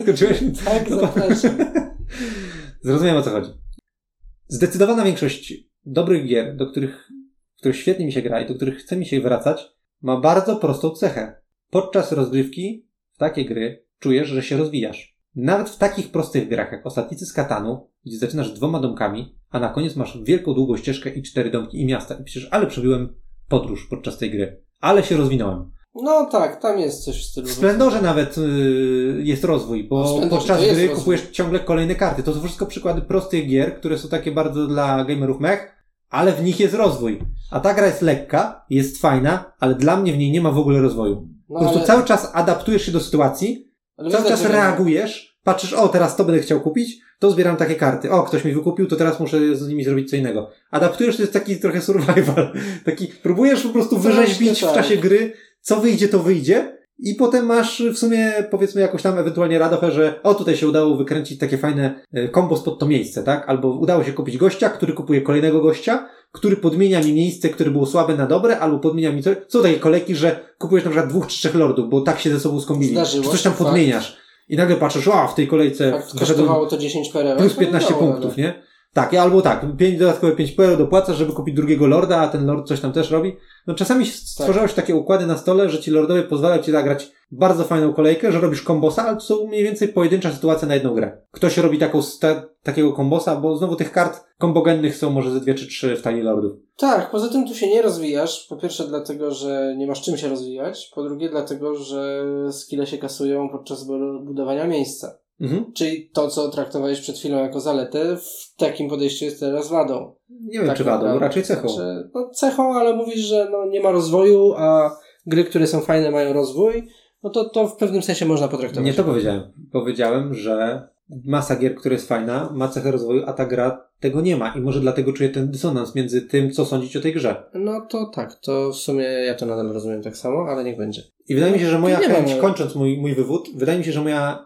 Skończyłeś? Tak, zapraszam. Zrozumiałem, o co chodzi. Zdecydowana większość dobrych gier, do których świetnie mi się gra i do których chce mi się wracać, ma bardzo prostą cechę. Podczas rozgrywki w takie gry czujesz, że się rozwijasz. Nawet w takich prostych grach, jak Ostatnicy z Katanu, gdzie zaczynasz 2 domkami, a na koniec masz wielką, długą ścieżkę i 4 domki i miasta. I przecież, ale przebyłem podróż podczas tej gry. Ale się rozwinąłem. No tak, tam jest coś w stylu. W Splendorze nawet jest rozwój, bo podczas gry kupujesz ciągle kolejne karty. To są wszystko przykłady prostych gier, które są takie bardzo dla gamerów mech, ale w nich jest rozwój. A ta gra jest lekka, jest fajna, ale dla mnie w niej nie ma w ogóle rozwoju. Po prostu cały czas adaptujesz się do sytuacji, cały czas reagujesz, patrzysz, o teraz to będę chciał kupić, to zbieram takie karty. O, ktoś mi wykupił, to teraz muszę z nimi zrobić co innego. Adaptujesz, to jest taki trochę survival. Taki, próbujesz po prostu wyrzeźbić w czasie gry, co wyjdzie, to wyjdzie. I potem masz w sumie, powiedzmy, jakąś tam ewentualnie radochę, że tutaj się udało wykręcić takie fajne kombo spod to miejsce, tak? Albo udało się kupić gościa, który kupuje kolejnego gościa, który podmienia mi miejsce, które było słabe na dobre, albo podmienia mi coś. Są takie kolejki, że kupujesz na przykład 2 czy 3 lordów, bo tak się ze sobą skombili. Czy coś tam podmieniasz. I nagle patrzysz, w tej kolejce kosztowało to 10 perełek. Plus 15 punktów, nie? Tak, albo tak, dodatkowe 5 pereł dopłacasz, żeby kupić drugiego lorda, a ten lord coś tam też robi. No czasami stworzyłeś takie układy na stole, że ci lordowie pozwalają ci zagrać bardzo fajną kolejkę, że robisz kombosa, ale to są mniej więcej pojedyncza sytuacja na jedną grę. Ktoś robi takiego kombosa, bo znowu tych kart kombogennych są może ze 2 czy 3 w talii lordów. Tak, poza tym tu się nie rozwijasz. Po pierwsze dlatego, że nie masz czym się rozwijać. Po drugie dlatego, że skille się kasują podczas budowania miejsca. Mhm. Czyli to, co traktowałeś przed chwilą jako zaletę, w takim podejściu jest teraz wadą. Nie wiem, czy wadą, raczej cechą. Znaczy, cechą, ale mówisz, że nie ma rozwoju, a gry, które są fajne, mają rozwój, no to w pewnym sensie można potraktować. Nie to powiedziałem. Powiedziałem, że masa gier, która jest fajna, ma cechę rozwoju, a ta gra tego nie ma. I może dlatego czuję ten dysonans między tym, co sądzić o tej grze. No to tak, to w sumie ja to nadal rozumiem tak samo, ale niech będzie. I wydaje mi się, że moja chęć, kończąc mój wywód, wydaje mi się, że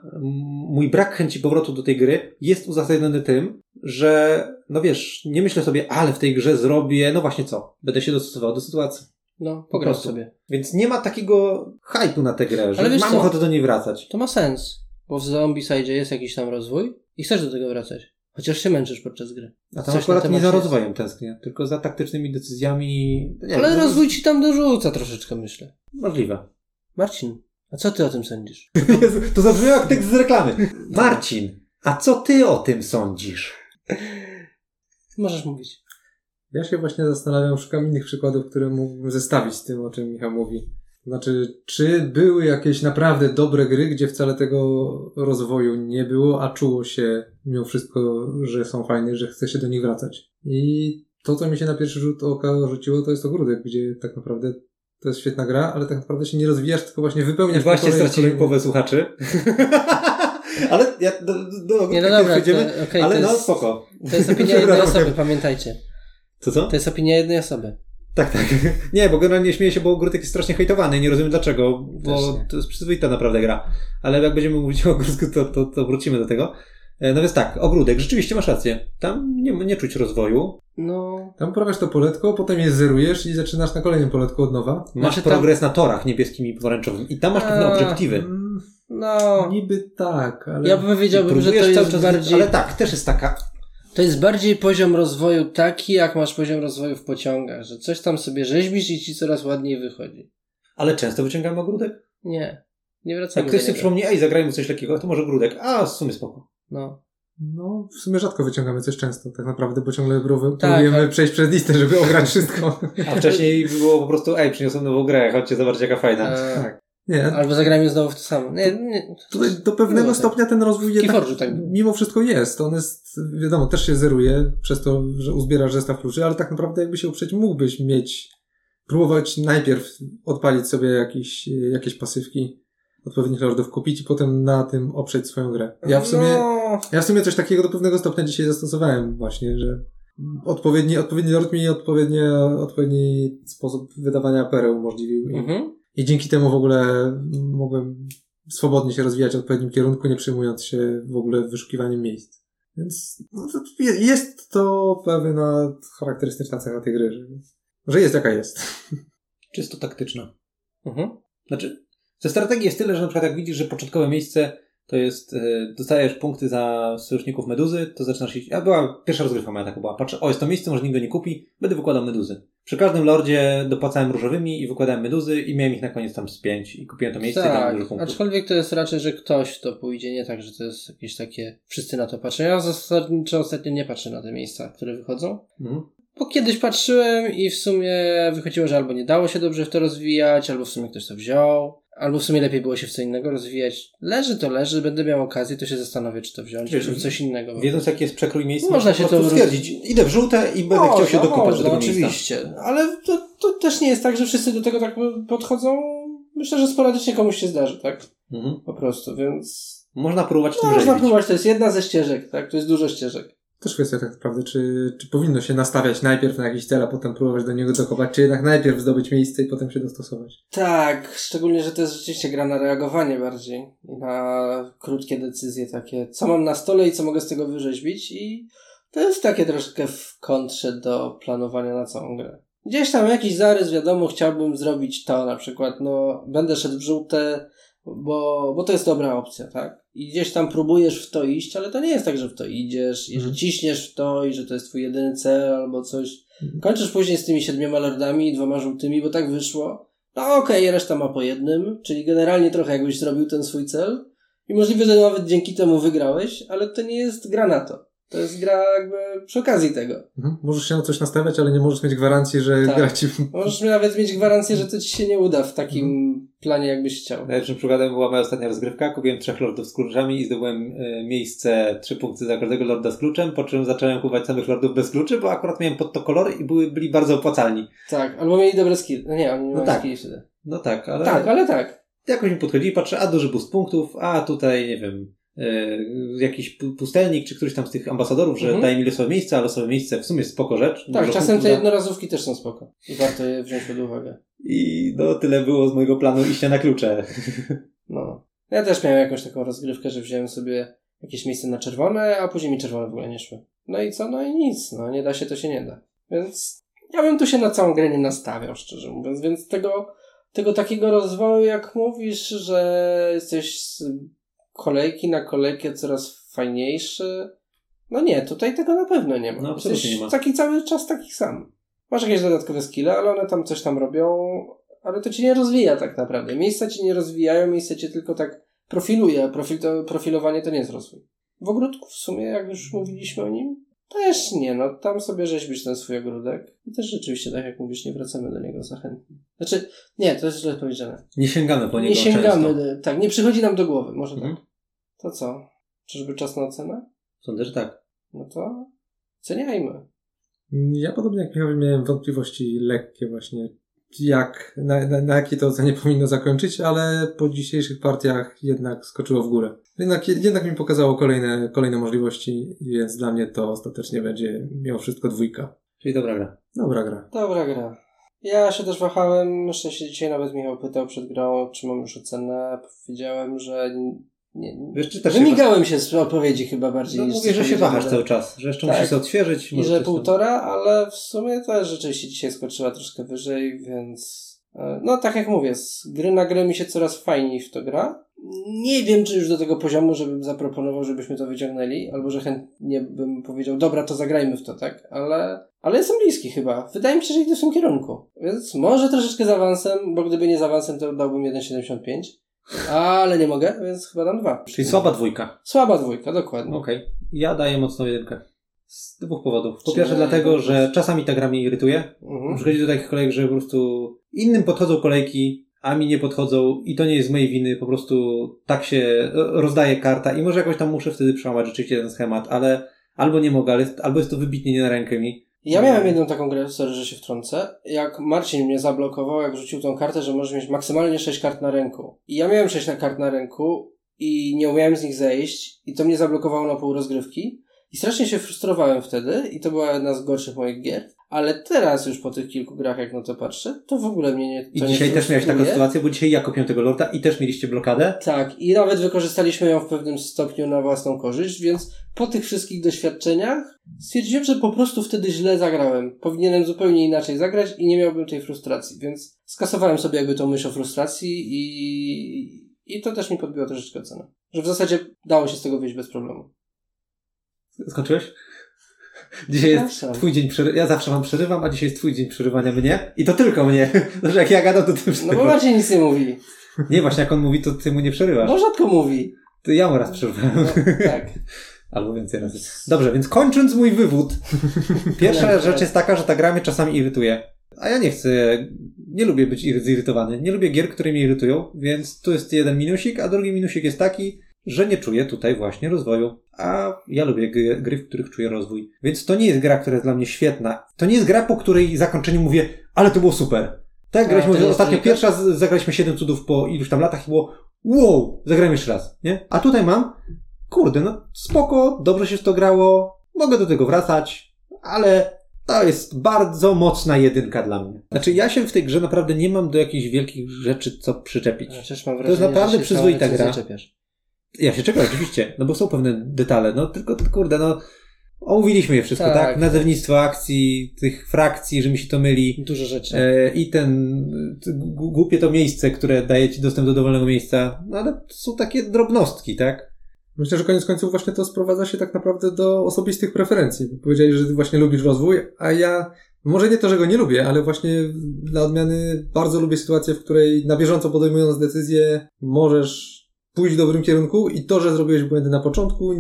mój brak chęci powrotu do tej gry jest uzasadniony tym, że wiesz, nie myślę sobie, ale w tej grze zrobię, właśnie co? Będę się dostosował do sytuacji. No, po prostu sobie. Więc nie ma takiego hype'u na tę grę, że mam ochotę do niej wracać. To ma sens, bo w Zombicide jest jakiś tam rozwój i chcesz do tego wracać. Chociaż się męczysz podczas gry. A tam akurat nie za rozwojem tęsknię, tylko za taktycznymi decyzjami. Ale rozwój ci tam dorzuca troszeczkę, myślę. Możliwe. Marcin, a co ty o tym sądzisz? Jezu, to zabrzmiało jak tekst z reklamy. Marcin, a co ty o tym sądzisz? Możesz mówić. Ja się właśnie zastanawiam, szukam innych przykładów, które mógłbym zestawić z tym, o czym Michał mówi. Znaczy, czy były jakieś naprawdę dobre gry, gdzie wcale tego rozwoju nie było, a czuło się mimo wszystko, że są fajne, że chce się do nich wracać. I to, co mi się na pierwszy rzut oka rzuciło, to jest Ogródek, gdzie tak naprawdę to jest świetna gra, ale tak naprawdę się nie rozwijasz, tylko właśnie wypełniasz. Właśnie stracili połowę słuchaczy. Ale spoko. To jest opinia jednej osoby, pamiętajcie. Co? To jest opinia jednej osoby. Tak. Nie, bo generalnie śmieję się, bo Ogródek jest strasznie hejtowany i nie rozumiem dlaczego, bo to jest przyzwoita naprawdę gra. Ale jak będziemy mówić o Ogródku, to wrócimy do tego. No więc tak, Ogródek, rzeczywiście masz rację. Tam nie czuć rozwoju. No. Tam uprawiasz to poletko, potem je zerujesz i zaczynasz na kolejnym poletku od nowa. Masz progres na torach niebieskimi i pomarańczowymi i tam masz pewne obiektywy. No. Niby tak, ale... Ja powiedziałbym, że to jest bardziej... Ale tak, też jest taka... To jest bardziej poziom rozwoju taki, jak masz poziom rozwoju w pociągach, że coś tam sobie rzeźbisz i ci coraz ładniej wychodzi. Ale często wyciągamy Ogródek? Nie wracamy. Jak ktoś sobie przypomni, zagrajmy coś lekkiego, to może Ogródek. A, w sumie spoko. No, w sumie rzadko wyciągamy coś często, tak naprawdę, bo ciągle próbujemy przejść przez listę, żeby ograć wszystko. A wcześniej było po prostu, przyniosłem nową grę, chodźcie, zobaczcie jaka fajna. Tak. Nie. Albo zagrajmy znowu w to samo. Tutaj do pewnego stopnia ten rozwój jednak mimo wszystko jest. On jest, wiadomo, też się zeruje przez to, że uzbierasz zestaw kluczy, ale tak naprawdę jakby się uprzeć, mógłbyś próbować najpierw odpalić sobie jakieś pasywki, odpowiednich lordów kupić i potem na tym oprzeć swoją grę. Ja w sumie coś takiego do pewnego stopnia dzisiaj zastosowałem właśnie, że odpowiedni lord mi odpowiedni sposób wydawania pereł umożliwił. I dzięki temu w ogóle mogłem swobodnie się rozwijać w odpowiednim kierunku, nie przejmując się w ogóle wyszukiwaniem miejsc. Więc jest to pewna charakterystyczna cecha tej gry, że jest jaka jest. Czysto taktyczna. Znaczy, ze strategii jest tyle, że na przykład jak widzisz, że początkowe miejsce to jest, dostajesz punkty za sojuszników meduzy, to zaczynasz iść, była pierwsza rozgrywka moja taka była, patrzę, jest to miejsce, może nikt go nie kupi, będę wykładał meduzy. Przy każdym lordzie dopłacałem różowymi i wykładałem meduzy i miałem ich na koniec tam z 5 i kupiłem to miejsce i dałem dużo punktów. Aczkolwiek to jest raczej, że ktoś w to pójdzie, nie tak, że to jest jakieś takie, wszyscy na to patrzą. Ja zasadniczo ostatnio nie patrzę na te miejsca, które wychodzą. Bo kiedyś patrzyłem i w sumie wychodziło, że albo nie dało się dobrze w to rozwijać, albo w sumie ktoś to wziął, albo w sumie lepiej było się w co innego rozwijać. Leży to leży, będę miał okazję, to się zastanowię, czy to wziąć, czy coś innego. Wiedząc, jaki jest przekrój miejsc, można się to stwierdzić. Idę w żółte i będę chciał się dokopać do tego oczywiście. miejsca. Ale to też nie jest tak, że wszyscy do tego tak podchodzą. Myślę, że sporadycznie komuś się zdarzy, tak? Po prostu, więc... Można próbować tym Można próbować, to jest jedna ze ścieżek, tak? To jest dużo ścieżek. Też kwestia tak naprawdę, czy powinno się nastawiać najpierw na jakiś cel, a potem próbować do niego dokopać, czy jednak najpierw zdobyć miejsce i potem się dostosować. Tak, szczególnie, że to jest rzeczywiście gra na reagowanie bardziej. Na krótkie decyzje takie, co mam na stole i co mogę z tego wyrzeźbić i to jest takie troszkę w kontrze do planowania na całą grę. Gdzieś tam jakiś zarys, wiadomo, chciałbym zrobić to na przykład, będę szedł w żółte, bo to jest dobra opcja, tak? I gdzieś tam próbujesz w to iść, ale to nie jest tak, że w to idziesz i że ciśniesz w to i że to jest twój jedyny cel albo coś. Kończysz później z tymi 7 lordami i 2 żółtymi, bo tak wyszło. Okej, reszta ma po jednym, czyli generalnie trochę jakbyś zrobił ten swój cel i możliwe, że nawet dzięki temu wygrałeś, ale to nie jest gra na to. To jest gra jakby przy okazji tego. Możesz się na coś nastawiać, ale nie możesz mieć gwarancji, że gra ci... Możesz nawet mieć gwarancję, że to ci się nie uda w takim planie, jakbyś chciał. Najlepszym przykładem była moja ostatnia rozgrywka. Kupiłem 3 lordów z kluczami i zdobyłem miejsce, 3 punkty za każdego lorda z kluczem, po czym zacząłem kupować samych lordów bez kluczy, bo akurat miałem pod to kolor i byli bardzo opłacalni. Tak, albo mieli dobre skill. No nie, oni nie mają skilli wtedy. No tak, ale... Tak, ale tak. Jakoś mi podchodzi i patrzę, duży boost punktów, tutaj, nie wiem... jakiś pustelnik, czy któryś tam z tych ambasadorów, że daje mi losowe miejsce, a losowe miejsce w sumie spoko rzecz. Tak, czasem te jednorazówki też są spoko. I warto je wziąć pod uwagę. I tyle było z mojego planu iścia na klucze. Ja też miałem jakąś taką rozgrywkę, że wziąłem sobie jakieś miejsce na czerwone, a później mi czerwone w ogóle nie szły. No i co? No i nic. Nie da się, to się nie da. Więc ja bym tu się na całą grę nie nastawiał, szczerze mówiąc. Więc tego takiego rozwoju, jak mówisz, że jesteś kolejki na kolejkę coraz fajniejszy. Nie, tutaj tego na pewno nie ma. Absolutnie nie ma. Taki cały czas taki sam. Masz jakieś dodatkowe skille, ale one tam coś tam robią, ale to cię nie rozwija tak naprawdę. Miejsca cię nie rozwijają, miejsce cię tylko tak profiluje, a profilowanie to nie jest rozwój. W ogródku w sumie, jak już mówiliśmy o nim, też nie, tam sobie rzeźbisz ten swój ogródek i też rzeczywiście, tak jak mówisz, nie wracamy do niego za chętnie. Znaczy, nie, to jest źle powiedziane. Nie sięgamy po niego często. Tak, nie przychodzi nam do głowy, może tak. To co? Czyżby czas na ocenę? Sądzę, że tak. No to oceniajmy. Ja podobnie jak Michał miałem wątpliwości lekkie właśnie, na jakiej to ocenie powinno zakończyć, ale po dzisiejszych partiach jednak skoczyło w górę. Jednak mi pokazało kolejne możliwości, więc dla mnie to ostatecznie będzie mimo wszystko 2. Czyli dobra gra. Dobra gra. Ja się też wahałem, jeszcze się dzisiaj nawet Michał pytał przed grą, czy mam już ocenę. Powiedziałem, że nie. Wymigałem się z odpowiedzi chyba bardziej. Mówię, że się wahasz cały czas, że jeszcze musisz się odświeżyć. I że 1,5, ale w sumie też rzeczywiście dzisiaj skoczyła troszkę wyżej, więc tak jak mówię, z gry na grę mi się coraz fajniej w to gra. Nie wiem, czy już do tego poziomu, żebym zaproponował, żebyśmy to wyciągnęli, albo że chętnie bym powiedział, dobra, to zagrajmy w to, tak? Ale jestem bliski chyba. Wydaje mi się, że idę w tym kierunku. Więc może troszeczkę z awansem, bo gdyby nie z awansem, to dałbym 1,75. Ale nie mogę, więc chyba dam 2. Czyli słaba 2. Słaba 2, dokładnie. Okej. Ja daję mocną 1. Z 2 powodów. Po pierwsze dlatego, że czasami ta gra mnie irytuje. Przychodzi do takich kolejek, że po prostu innym podchodzą kolejki, a mi nie podchodzą i to nie jest z mojej winy. Po prostu tak się rozdaje karta i może jakoś tam muszę wtedy przełamać rzeczywiście ten schemat, ale albo nie mogę, albo jest to wybitnie nie na rękę mi. Ja miałem jedną taką grę, sorry, że się wtrącę, jak Marcin mnie zablokował, jak rzucił tą kartę, że możesz mieć maksymalnie 6 kart na ręku. I ja miałem 6 kart na ręku i nie umiałem z nich zejść i to mnie zablokowało na pół rozgrywki i strasznie się frustrowałem wtedy i to była jedna z gorszych moich gier. Ale teraz już po tych kilku grach, jak na to patrzę, to w ogóle mnie nie... I dzisiaj też miałeś taką sytuację, bo dzisiaj ja kopiłem tego lorda i też mieliście blokadę. Tak, i nawet wykorzystaliśmy ją w pewnym stopniu na własną korzyść, więc po tych wszystkich doświadczeniach stwierdziłem, że po prostu wtedy źle zagrałem. Powinienem zupełnie inaczej zagrać i nie miałbym tej frustracji, więc skasowałem sobie jakby tą myśl o frustracji I to też mi podbiło troszeczkę cenę. Że w zasadzie dało się z tego wyjść bez problemu. Skończyłeś? Dzisiaj jest twój dzień ja zawsze wam przerywam, a dzisiaj jest twój dzień przerywania mnie. I to tylko mnie. Znaczy jak ja gadam, to ty przerywasz. No bo Marcin nic nie mówi. Nie, właśnie jak on mówi, to ty mu nie przerywasz. No rzadko mówi. To ja mu raz przerwałem. No, tak. Albo więcej razy. Dobrze, więc kończąc mój wywód. Pierwsza rzecz jest taka, że ta gra mnie czasami irytuje. A ja nie lubię być zirytowany. Nie lubię gier, które mnie irytują, więc tu jest jeden minusik, a drugi minusik jest taki, że nie czuję tutaj właśnie rozwoju. A ja lubię gry, w których czuję rozwój. Więc to nie jest gra, która jest dla mnie świetna. To nie jest gra, po której zakończeniu mówię, ale to było super. Tak, graliśmy ostatnio pierwszy raz, zagraliśmy 7 cudów po iluś tam latach i było wow, zagrajmy jeszcze raz, nie? A tutaj mam, kurde, no spoko, dobrze się w to grało, mogę do tego wracać, ale to jest bardzo mocna jedynka dla mnie. Znaczy ja się w tej grze naprawdę nie mam do jakichś wielkich rzeczy co przyczepić. Mam wrażenie, to jest naprawdę przyzwoita gra. Zaczepiasz. Ja się czepiam, oczywiście, no bo są pewne detale, no tylko kurde, no omówiliśmy je wszystko, tak? Nazewnictwo akcji, tych frakcji, że mi się to myli. Dużo rzeczy. I głupie to miejsce, które daje ci dostęp do dowolnego miejsca, no ale to są takie drobnostki, tak? Myślę, że koniec końców właśnie to sprowadza się tak naprawdę do osobistych preferencji. Powiedziałeś, że ty właśnie lubisz rozwój, a ja może nie to, że go nie lubię, ale właśnie dla odmiany bardzo lubię sytuację, w której na bieżąco podejmując decyzję możesz pójść w dobrym kierunku i to, że zrobiłeś błędy na początku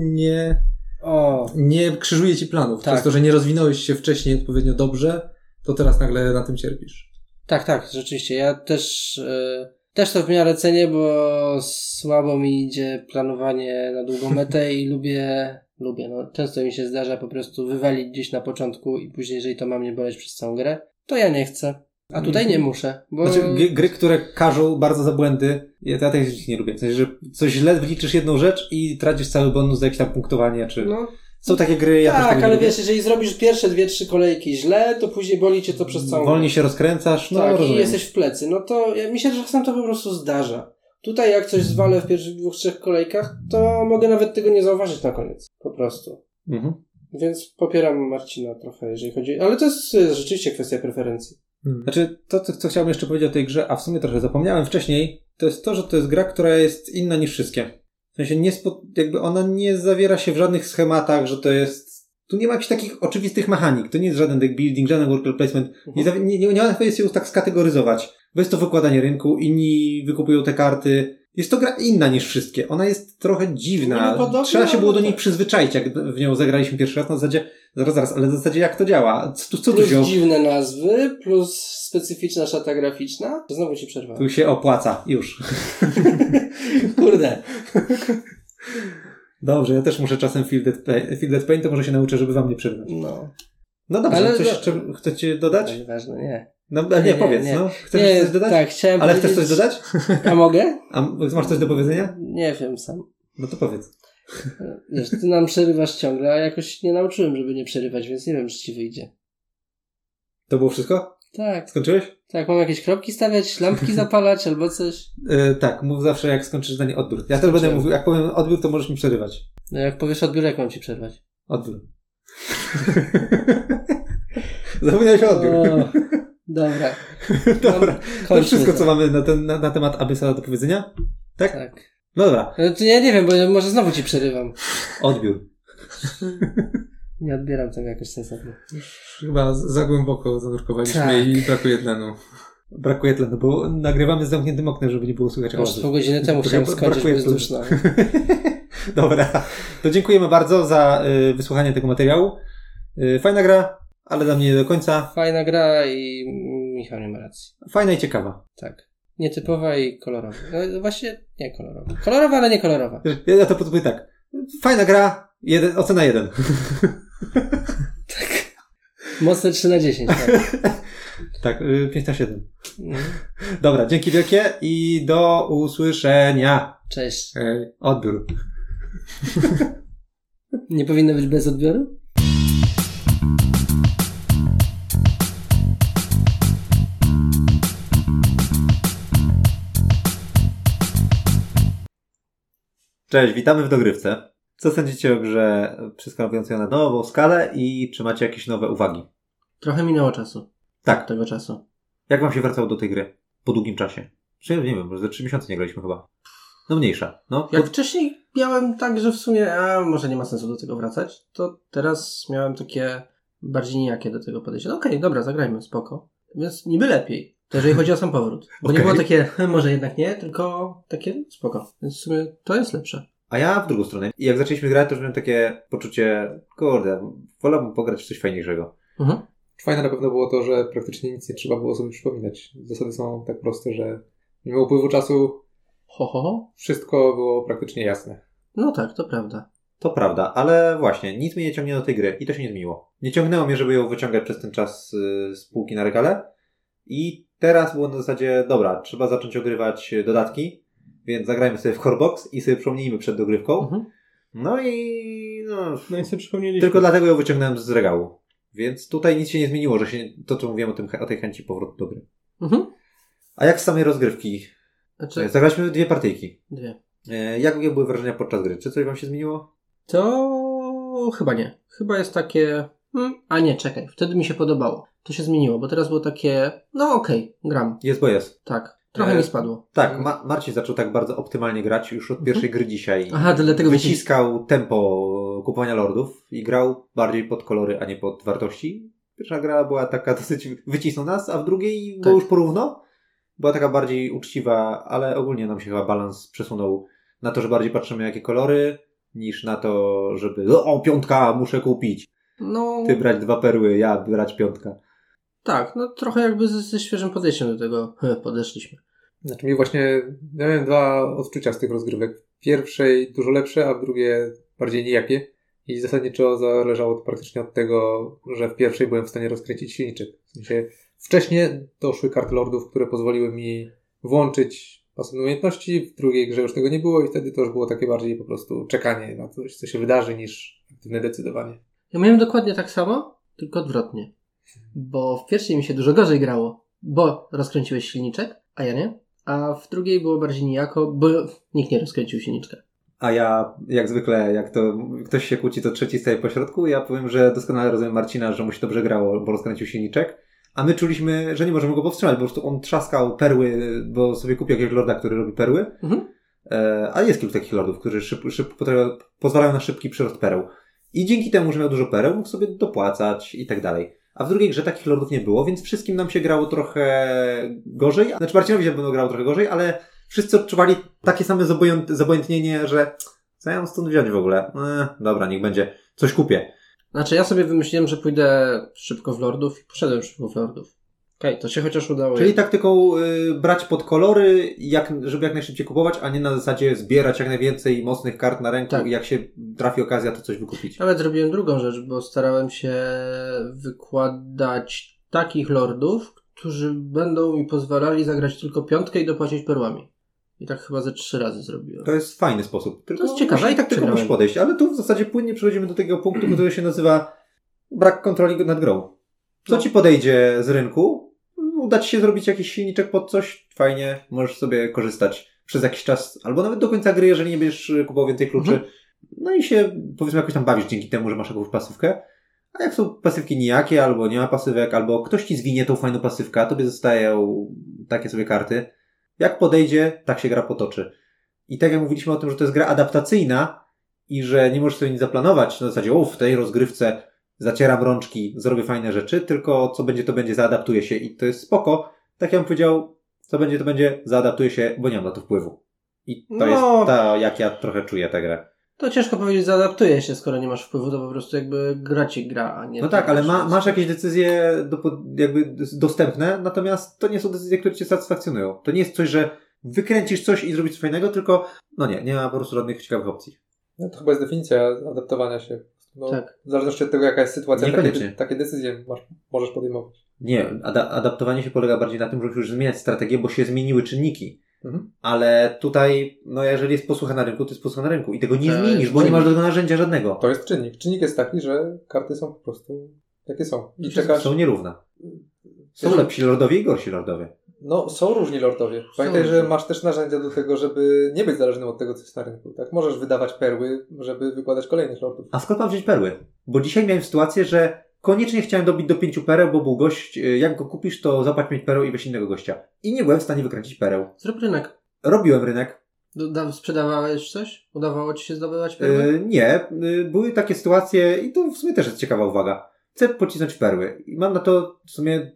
nie krzyżuje ci planów. Tak. Przez to, że nie rozwinąłeś się wcześniej odpowiednio dobrze, to teraz nagle na tym cierpisz. Tak, rzeczywiście. Ja też to w miarę cenię, bo słabo mi idzie planowanie na długą metę i lubię, no często mi się zdarza po prostu wywalić gdzieś na początku i później, jeżeli to ma mnie boleć przez całą grę, to ja nie chcę. A tutaj nie muszę. Bo... Znaczy, gry, które każą bardzo za błędy, ja tych nie lubię. W sensie, że coś źle wliczysz jedną rzecz i tracisz cały bonus za jakieś tam punktowanie, czy... No. Są takie gry, ja też tak, ale lubię. Wiesz, jeżeli zrobisz pierwsze 2-3 kolejki źle, to później boli cię to przez całą grę. Wolniej się rozkręcasz, no tak, rozumiem. i jesteś w plecy. No to mi się czasem to po prostu zdarza. Tutaj jak coś zwalę w pierwszych 2-3 kolejkach, to mogę nawet tego nie zauważyć na koniec. Po prostu. Mhm. Więc popieram Marcina trochę, jeżeli chodzi... Ale to jest rzeczywiście kwestia preferencji. Znaczy, to co chciałbym jeszcze powiedzieć o tej grze, a w sumie trochę zapomniałem wcześniej, to jest to, że to jest gra, która jest inna niż wszystkie. W sensie jakby ona nie zawiera się w żadnych schematach, że to jest... Tu nie ma jakichś takich oczywistych mechanik. To nie jest żaden deck building, żaden worker placement. Nie łatwo jest ją tak skategoryzować. Bo jest to wykładanie rynku, inni wykupują te karty. Jest to gra inna niż wszystkie. Ona jest trochę dziwna. Trzeba się było do niej przyzwyczaić, jak w nią zagraliśmy pierwszy raz. Na zasadzie, zaraz, ale w zasadzie jak to działa? Co plus tu się... dziwne nazwy, plus specyficzna szata graficzna. Znowu ci przerwałem. Tu się opłaca. Już. Kurde. Dobrze, ja też muszę czasem Feel That Pain, to może się nauczę, żeby wam nie przerwać. No dobrze, ale coś jeszcze chcecie dodać? Ważne, nie. No nie, powiedz, no. Chcesz coś dodać? Tak, chciałem ale powiedzieć... chcesz coś dodać? A mogę? A masz coś do powiedzenia? Nie wiem sam. No to powiedz. Wiesz, ty nam przerywasz ciągle, a jakoś nie nauczyłem, żeby nie przerywać, więc nie wiem, czy ci wyjdzie. To było wszystko? Tak. Skończyłeś? Tak, mam jakieś kropki stawiać, lampki zapalać albo coś. Tak, mów zawsze jak skończysz zdanie odbiór. Ja też będę mówił, jak powiem odbiór, to możesz mi przerywać. No jak powiesz odbiór, jak mam ci przerwać? Odbiór. Zapomniałeś o odbiór. Dobra. To wszystko, co mamy na temat Abyssala do powiedzenia? Tak? Tak. No dobra. No to ja nie wiem, bo może znowu ci przerywam. Odbiór. Nie odbieram tego jakoś sensownie. Chyba za głęboko zanurkowaliśmy i brakuje tlenu. Brakuje tlenu, bo nagrywamy z zamkniętym oknem, żeby nie było słychać hałasu. Pół godziny temu chciałem skończyć, bo jest duszno. Dobra, to dziękujemy bardzo za wysłuchanie tego materiału. Fajna gra, ale dla mnie nie do końca. Fajna gra i Michał nie ma racji. Fajna i ciekawa. Tak. Nietypowa i kolorowa. No właśnie, nie kolorowa. Kolorowa, ale nie kolorowa. Ja to podpowiem tak. Fajna gra, ocena 1. Tak. Mocne 3/10. Tak. Tak, 5/7. Dobra, dzięki wielkie i do usłyszenia. Cześć. Odbiór. Nie powinno być bez odbioru? Cześć, witamy w Dogrywce. Co sądzicie o grze przeskakającej na nową skalę i czy macie jakieś nowe uwagi? Trochę minęło czasu. Tak. Tego czasu. Jak wam się wracało do tej gry? Po długim czasie? Czy nie wiem, może za 3 miesiące nie graliśmy chyba. No mniejsza. No, Jak wcześniej miałem tak, że w sumie może nie ma sensu do tego wracać, to teraz miałem takie bardziej nijakie do tego podejście. No okej, dobra, zagrajmy, spoko. Więc niby lepiej. To jeżeli chodzi o sam powrót. Bo nie było takie, może jednak nie, tylko takie spoko. Więc w sumie to jest lepsze. A ja w drugą stronę. I jak zaczęliśmy grać, to już miałem takie poczucie, kurde, wolałbym pograć w coś fajniejszego. Fajne na pewno było to, że praktycznie nic nie trzeba było sobie przypominać. Zasady są tak proste, że mimo upływu czasu wszystko było praktycznie jasne. No tak, to prawda. To prawda, ale właśnie, nic mnie nie ciągnie do tej gry i to się nie zmieniło. Nie ciągnęło mnie, żeby ją wyciągać przez ten czas z półki na regale i teraz było na zasadzie, dobra, trzeba zacząć ogrywać dodatki, więc zagrajmy sobie w Corebox i sobie przypomnijmy przed dogrywką. No i sobie przypomnieliśmy. Tylko dlatego ją wyciągnąłem z regału. Więc tutaj nic się nie zmieniło, że się to, co mówiłem o tej chęci powrotu do gry. A jak z samej rozgrywki? Zagraliśmy 2 partyjki. 2. Jakie były wrażenia podczas gry? Czy coś wam się zmieniło? To chyba nie. Chyba jest takie... A nie, czekaj. Wtedy mi się podobało. To się zmieniło, bo teraz było takie... No okej, gram. Jest, bo jest. Tak. Trochę mi spadło. Tak, Marcin zaczął tak bardzo optymalnie grać już od pierwszej gry dzisiaj. Aha, dlatego wyciskał tempo kupowania lordów i grał bardziej pod kolory, a nie pod wartości. Pierwsza gra była taka dosyć wycisnął nas, a w drugiej było już porówno. Była taka bardziej uczciwa, ale ogólnie nam się chyba balans przesunął na to, że bardziej patrzymy jakie kolory, niż na to, żeby 5 muszę kupić. No... Ty brać 2 perły, ja brać 5. Tak, no trochę jakby ze świeżym podejściem do tego podeszliśmy. Znaczy mi właśnie, ja miałem 2 odczucia z tych rozgrywek. W pierwszej dużo lepsze, a w drugie bardziej nijakie. I zasadniczo zależało to praktycznie od tego, że w pierwszej byłem w stanie rozkręcić silniczek. W sensie wcześniej doszły karty lordów, które pozwoliły mi włączyć pasywne umiejętności. W drugiej grze już tego nie było i wtedy to już było takie bardziej po prostu czekanie na coś, co się wydarzy, niż aktywne decydowanie. Ja miałem dokładnie tak samo, tylko odwrotnie. Bo w pierwszej mi się dużo gorzej grało, bo rozkręciłeś silniczek, a ja nie. A w drugiej było bardziej nijako, bo nikt nie rozkręcił silniczka. A ja, jak zwykle, jak to ktoś się kłóci, to trzeci staje po środku. Ja powiem, że doskonale rozumiem Marcina, że mu się dobrze grało, bo rozkręcił silniczek. A my czuliśmy, że nie możemy go powstrzymać, bo po prostu on trzaskał perły, bo sobie kupił jakiegoś lorda, który robi perły. A jest kilku takich lordów, którzy pozwalają na szybki przyrost pereł. I dzięki temu, że miał dużo pereł, mógł sobie dopłacać i tak dalej. A w drugiej grze takich lordów nie było, więc wszystkim nam się grało trochę gorzej. Znaczy Marcinowi się grało trochę gorzej, ale wszyscy odczuwali takie same zobojętnienie, że co ja mam stąd wziąć w ogóle? Dobra, niech będzie. Coś kupię. Znaczy ja sobie wymyśliłem, że pójdę szybko w lordów i poszedłem szybko w lordów. Okej, to się chociaż udało. Czyli taktyką brać pod kolory, żeby jak najszybciej kupować, a nie na zasadzie zbierać jak najwięcej mocnych kart na ręku i jak się trafi okazja, to coś wykupić. Nawet zrobiłem drugą rzecz, bo starałem się wykładać takich lordów, którzy będą mi pozwalali zagrać tylko 5 i dopłacić perłami. I tak chyba ze 3 razy zrobiłem. To jest fajny sposób. Tylko to jest ciekawe. I tak tylko musisz podejść. Ale tu w zasadzie płynnie przechodzimy do tego punktu, który się nazywa brak kontroli nad grą. Co ci podejdzie z rynku? Uda ci się zrobić jakiś silniczek pod coś? Fajnie. Możesz sobie korzystać przez jakiś czas. Albo nawet do końca gry, jeżeli nie będziesz kupował więcej kluczy. No i się powiedzmy jakoś tam bawisz dzięki temu, że masz jakąś pasywkę. A jak są pasywki nijakie, albo nie ma pasywek, albo ktoś ci zwinie tą fajną pasywkę, a tobie zostają takie sobie karty. Jak podejdzie, tak się gra potoczy. I tak jak mówiliśmy o tym, że to jest gra adaptacyjna i że nie możesz sobie nic zaplanować na zasadzie, w tej rozgrywce zacieram rączki, zrobię fajne rzeczy, tylko co będzie, to będzie, zaadaptuje się i to jest spoko. Tak jak bym powiedział, co będzie, to będzie, zaadaptuje się, bo nie mam na to wpływu. I to jest to, jak ja trochę czuję tę grę. To ciężko powiedzieć, zaadaptuje się, skoro nie masz wpływu, to po prostu jakby gra ci gra, a nie... No tak, ale masz jakieś decyzje jakby dostępne, natomiast to nie są decyzje, które cię satysfakcjonują. To nie jest coś, że wykręcisz coś i zrobisz coś fajnego, tylko nie ma po prostu żadnych ciekawych opcji. No to chyba jest definicja adaptowania się. Tak. W zależności od tego, jaka jest sytuacja, takie decyzje możesz podejmować. Nie, adaptowanie się polega bardziej na tym, że musisz zmieniać strategię, bo się zmieniły czynniki. Ale tutaj, jeżeli jest posłucha na rynku, to jest posłucha na rynku i tego nie zmienisz, bo nie masz do tego narzędzia żadnego. To jest czynnik. Czynnik jest taki, że karty są po prostu jakie są. I są nierówne. Są lepsi lordowie i gorsi lordowie. No, są różni lordowie. Pamiętaj, że masz też narzędzia do tego, żeby nie być zależnym od tego, co jest na rynku. Tak? Możesz wydawać perły, żeby wykładać kolejnych lordów. A skąd mam wziąć perły? Bo dzisiaj miałem sytuację, że koniecznie chciałem dobić do 5 pereł, bo był gość, jak go kupisz, to zapłać 5 pereł i weź innego gościa. I nie byłem w stanie wykręcić pereł. Zrób rynek. Robiłem rynek. Sprzedawałeś coś? Udawało ci się zdobywać perły? Nie. Były takie sytuacje i to w sumie też jest ciekawa uwaga. Chcę pocisnąć perły i mam na to w sumie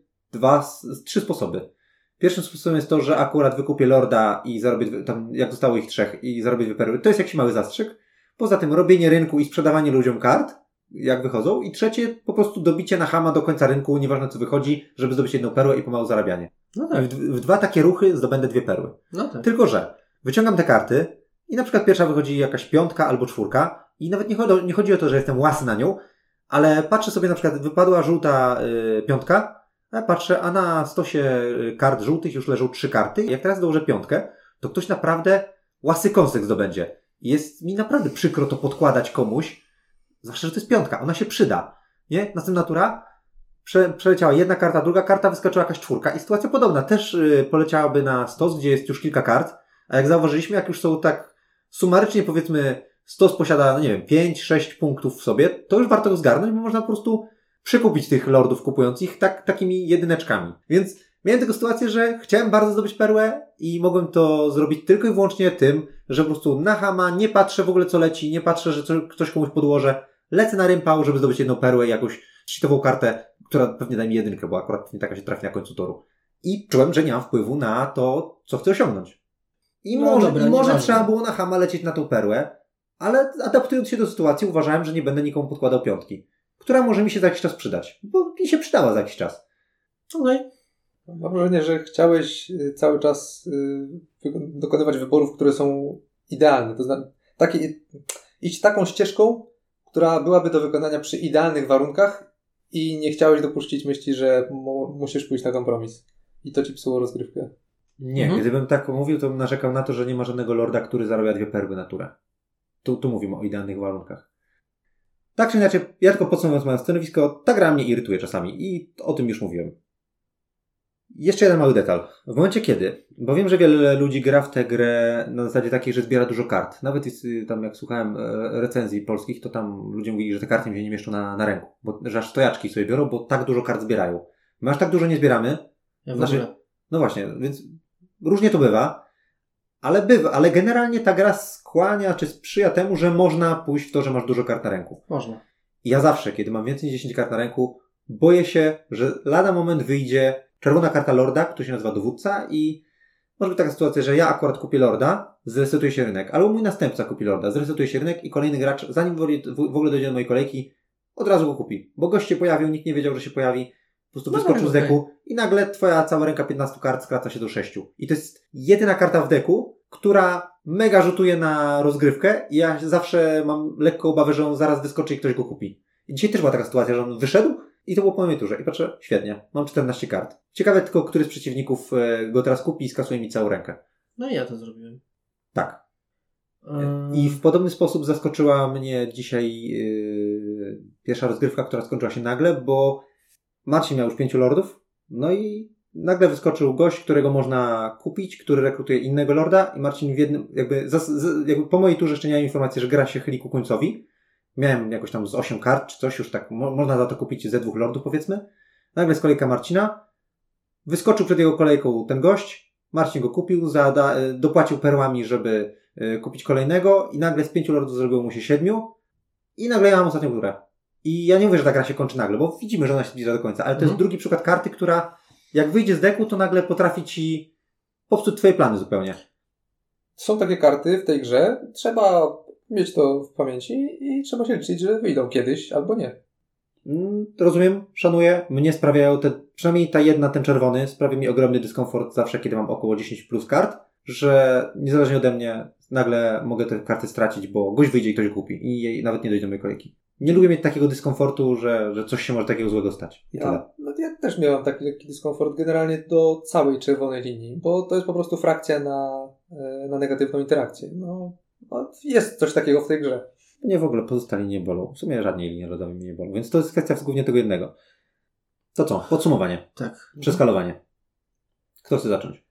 3 sposoby. Pierwszym sposobem jest to, że akurat wykupię lorda i zarobię, tam jak zostało ich 3 i zarobię 2 perły. To jest jakiś mały zastrzyk. Poza tym robienie rynku i sprzedawanie ludziom kart, jak wychodzą. I trzecie, po prostu dobicie na chama do końca rynku, nieważne co wychodzi, żeby zdobyć 1 perłę i pomału zarabianie. No tak. W 2 takie ruchy zdobędę 2 perły. No tak. Tylko że wyciągam te karty i na przykład pierwsza wychodzi jakaś 5 albo 4 i nawet nie chodzi o to, że jestem łasy na nią, ale patrzę sobie na przykład, wypadła żółta 5, a patrzę, a na stosie kart żółtych już leżą 3 karty. Jak teraz dołożę 5, to ktoś naprawdę łasy kąsek zdobędzie. Jest mi naprawdę przykro to podkładać komuś, zwłaszcza, że to jest 5, ona się przyda. Nie? Następna tura, przeleciała 1 karta, druga karta, wyskoczyła jakaś 4 i sytuacja podobna. Też poleciałaby na stos, gdzie jest już kilka kart, a jak zauważyliśmy, jak już są tak sumarycznie, powiedzmy, stos posiada, no nie wiem, 5-6 punktów w sobie, to już warto go zgarnąć, bo można po prostu przekupić tych lordów kupując ich takimi jedyneczkami. Więc miałem taką sytuację, że chciałem bardzo zdobyć perłę i mogłem to zrobić tylko i wyłącznie tym, że po prostu na chama nie patrzę w ogóle co leci, nie patrzę, że ktoś komuś podłożę, lecę na rympał, żeby zdobyć 1 perłę i jakąś cheatową kartę, która pewnie da mi 1, bo akurat nie taka się trafi na końcu toru. I czułem, że nie mam wpływu na to, co chcę osiągnąć. I może trzeba było na chama lecieć na tą perłę, ale adaptując się do sytuacji uważałem, że nie będę nikomu podkładał 5, która może mi się za jakiś czas przydać, bo mi się przydała za jakiś czas. Okej. Mam wrażenie, że chciałeś cały czas dokonywać wyborów, które są idealne. To znaczy, iść taką ścieżką, która byłaby do wykonania przy idealnych warunkach i nie chciałeś dopuścić myśli, że musisz pójść na kompromis. I to ci psuło rozgrywkę. Nie, gdybym tak mówił, to bym narzekał na to, że nie ma żadnego lorda, który zarabia 2 perły na turę. Tu mówimy o idealnych warunkach. Tak czy inaczej, ja tylko podsumowując moje stanowisko, ta gra mnie irytuje czasami i o tym już mówiłem. Jeszcze jeden mały detal. W momencie kiedy, bo wiem, że wiele ludzi gra w tę grę na zasadzie takiej, że zbiera dużo kart. Nawet tam jak słuchałem recenzji polskich, to tam ludzie mówili, że te karty mi się nie mieszczą na ręku. Że aż stojaczki sobie biorą, bo tak dużo kart zbierają. My aż tak dużo nie zbieramy. No właśnie, więc różnie to bywa. Ale generalnie ta gra skłania, czy sprzyja temu, że można pójść w to, że masz dużo kart na ręku. Można. I ja zawsze, kiedy mam więcej niż 10 kart na ręku, boję się, że lada moment wyjdzie czerwona karta lorda, który się nazywa dowódca i może być taka sytuacja, że ja akurat kupię lorda, zresetuje się rynek, albo mój następca kupi lorda, zresetuje się rynek i kolejny gracz, zanim w ogóle dojdzie do mojej kolejki, od razu go kupi. Bo gość się pojawił, nikt nie wiedział, że się pojawi, po prostu wyskoczył z deku i nagle twoja cała ręka 15 kart skraca się do 6. I to jest jedyna karta w deku, która mega rzutuje na rozgrywkę i ja zawsze mam lekko obawę, że on zaraz wyskoczy i ktoś go kupi. I dzisiaj też była taka sytuacja, że on wyszedł i to było po mojej turze. I patrzę, świetnie, mam 14 kart. Ciekawe tylko, który z przeciwników go teraz kupi i skasuje mi całą rękę. No i ja to zrobiłem. Tak. I w podobny sposób zaskoczyła mnie dzisiaj pierwsza rozgrywka, która skończyła się nagle, bo Marcin miał już 5 lordów, no i nagle wyskoczył gość, którego można kupić, który rekrutuje innego lorda i Marcin w jednym, jakby po mojej turze jeszcze miałem informację, że gra się chyli ku końcowi. Miałem jakoś tam z 8 kart czy coś, już tak można za to kupić ze 2 lordów powiedzmy. Nagle jest kolejka Marcina. Wyskoczył przed jego kolejką ten gość. Marcin go kupił, dopłacił perłami, żeby kupić kolejnego i nagle z 5 lordów zrobiło mu się 7 i nagle ja mam ostatnią turę. I ja nie mówię, że ta gra się kończy nagle, bo widzimy, że ona się zbliża do końca, ale to jest drugi przykład karty, która jak wyjdzie z deku, to nagle potrafi ci popsuć twoje plany zupełnie. Są takie karty w tej grze, trzeba mieć to w pamięci i trzeba się liczyć, że wyjdą kiedyś albo nie. Rozumiem, szanuję. Mnie sprawiają przynajmniej ten czerwony, sprawia mi ogromny dyskomfort zawsze, kiedy mam około 10 plus kart, że niezależnie ode mnie nagle mogę te karty stracić, bo gość wyjdzie i ktoś kupi i nawet nie dojdzie do mojej kolejki. Nie lubię mieć takiego dyskomfortu, że coś się może takiego złego stać. I tyle. Ja też miałem taki lekki dyskomfort generalnie do całej czerwonej linii, bo to jest po prostu frakcja na negatywną interakcję. No, jest coś takiego w tej grze. Nie, w ogóle pozostali linie nie bolą. W sumie żadnej linii rodowej mnie nie bolą. Więc to jest kwestia głównie tego jednego. To co? Podsumowanie. Tak. Przeskalowanie. Kto chce zacząć?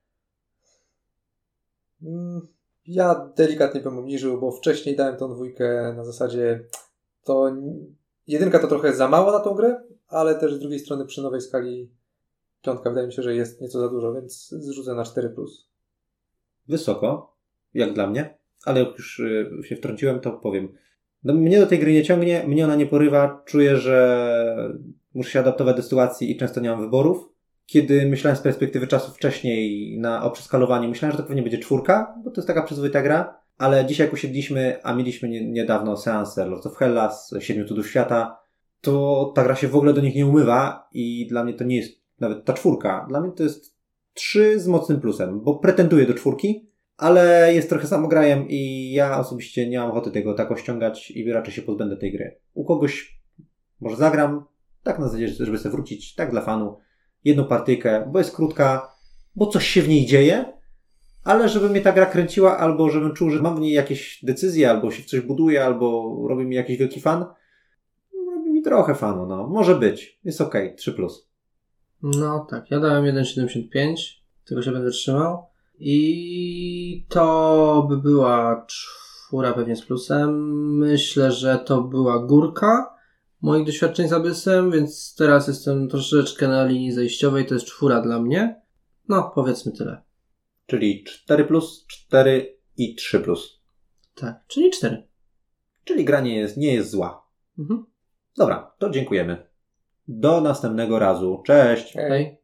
Ja delikatnie bym obniżył, bo wcześniej dałem tą 2 na zasadzie to 1 to trochę za mało na tą grę, ale też z drugiej strony przy nowej skali 5 wydaje mi się, że jest nieco za dużo, więc zrzucę na 4+. Wysoko. jak dla mnie, ale jak już się wtrąciłem, to powiem. No, mnie do tej gry nie ciągnie, mnie ona nie porywa, czuję, że muszę się adaptować do sytuacji i często nie mam wyborów. Kiedy myślałem z perspektywy czasu wcześniej o przeskalowaniu, myślałem, że to pewnie będzie 4, bo to jest taka przyzwoita gra, ale dzisiaj jak usiedliśmy, a mieliśmy niedawno seansę Lords of Hellas, 7 cudów świata, to ta gra się w ogóle do nich nie umywa i dla mnie to nie jest nawet ta 4. Dla mnie to jest 3 z mocnym plusem, bo pretenduje do 4, ale jest trochę samograjem i ja osobiście nie mam ochoty tego tak ściągać i raczej się pozbędę tej gry. U kogoś może zagram, tak na zasadzie, żeby sobie wrócić, tak dla fanu, jedną partyjkę, bo jest krótka, bo coś się w niej dzieje, ale żeby mnie ta gra kręciła, albo żebym czuł, że mam w niej jakieś decyzje, albo się w coś buduje, albo robi mi jakiś wielki fan, robi mi trochę fanu, no. Może być. Jest okej. 3+. No tak, ja dałem 1,75, tego się będę trzymał i to by była 4 pewnie z plusem. Myślę, że to była górka moich doświadczeń z Abyssem, więc teraz jestem troszeczkę na linii zejściowej, to jest 4 dla mnie. No, powiedzmy tyle. Czyli 4+, 4 i 3+. Tak, czyli 4. Czyli gra nie jest zła. Mhm. Dobra, to dziękujemy. Do następnego razu. Cześć! Hej.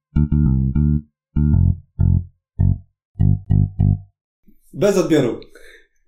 Bez odbioru.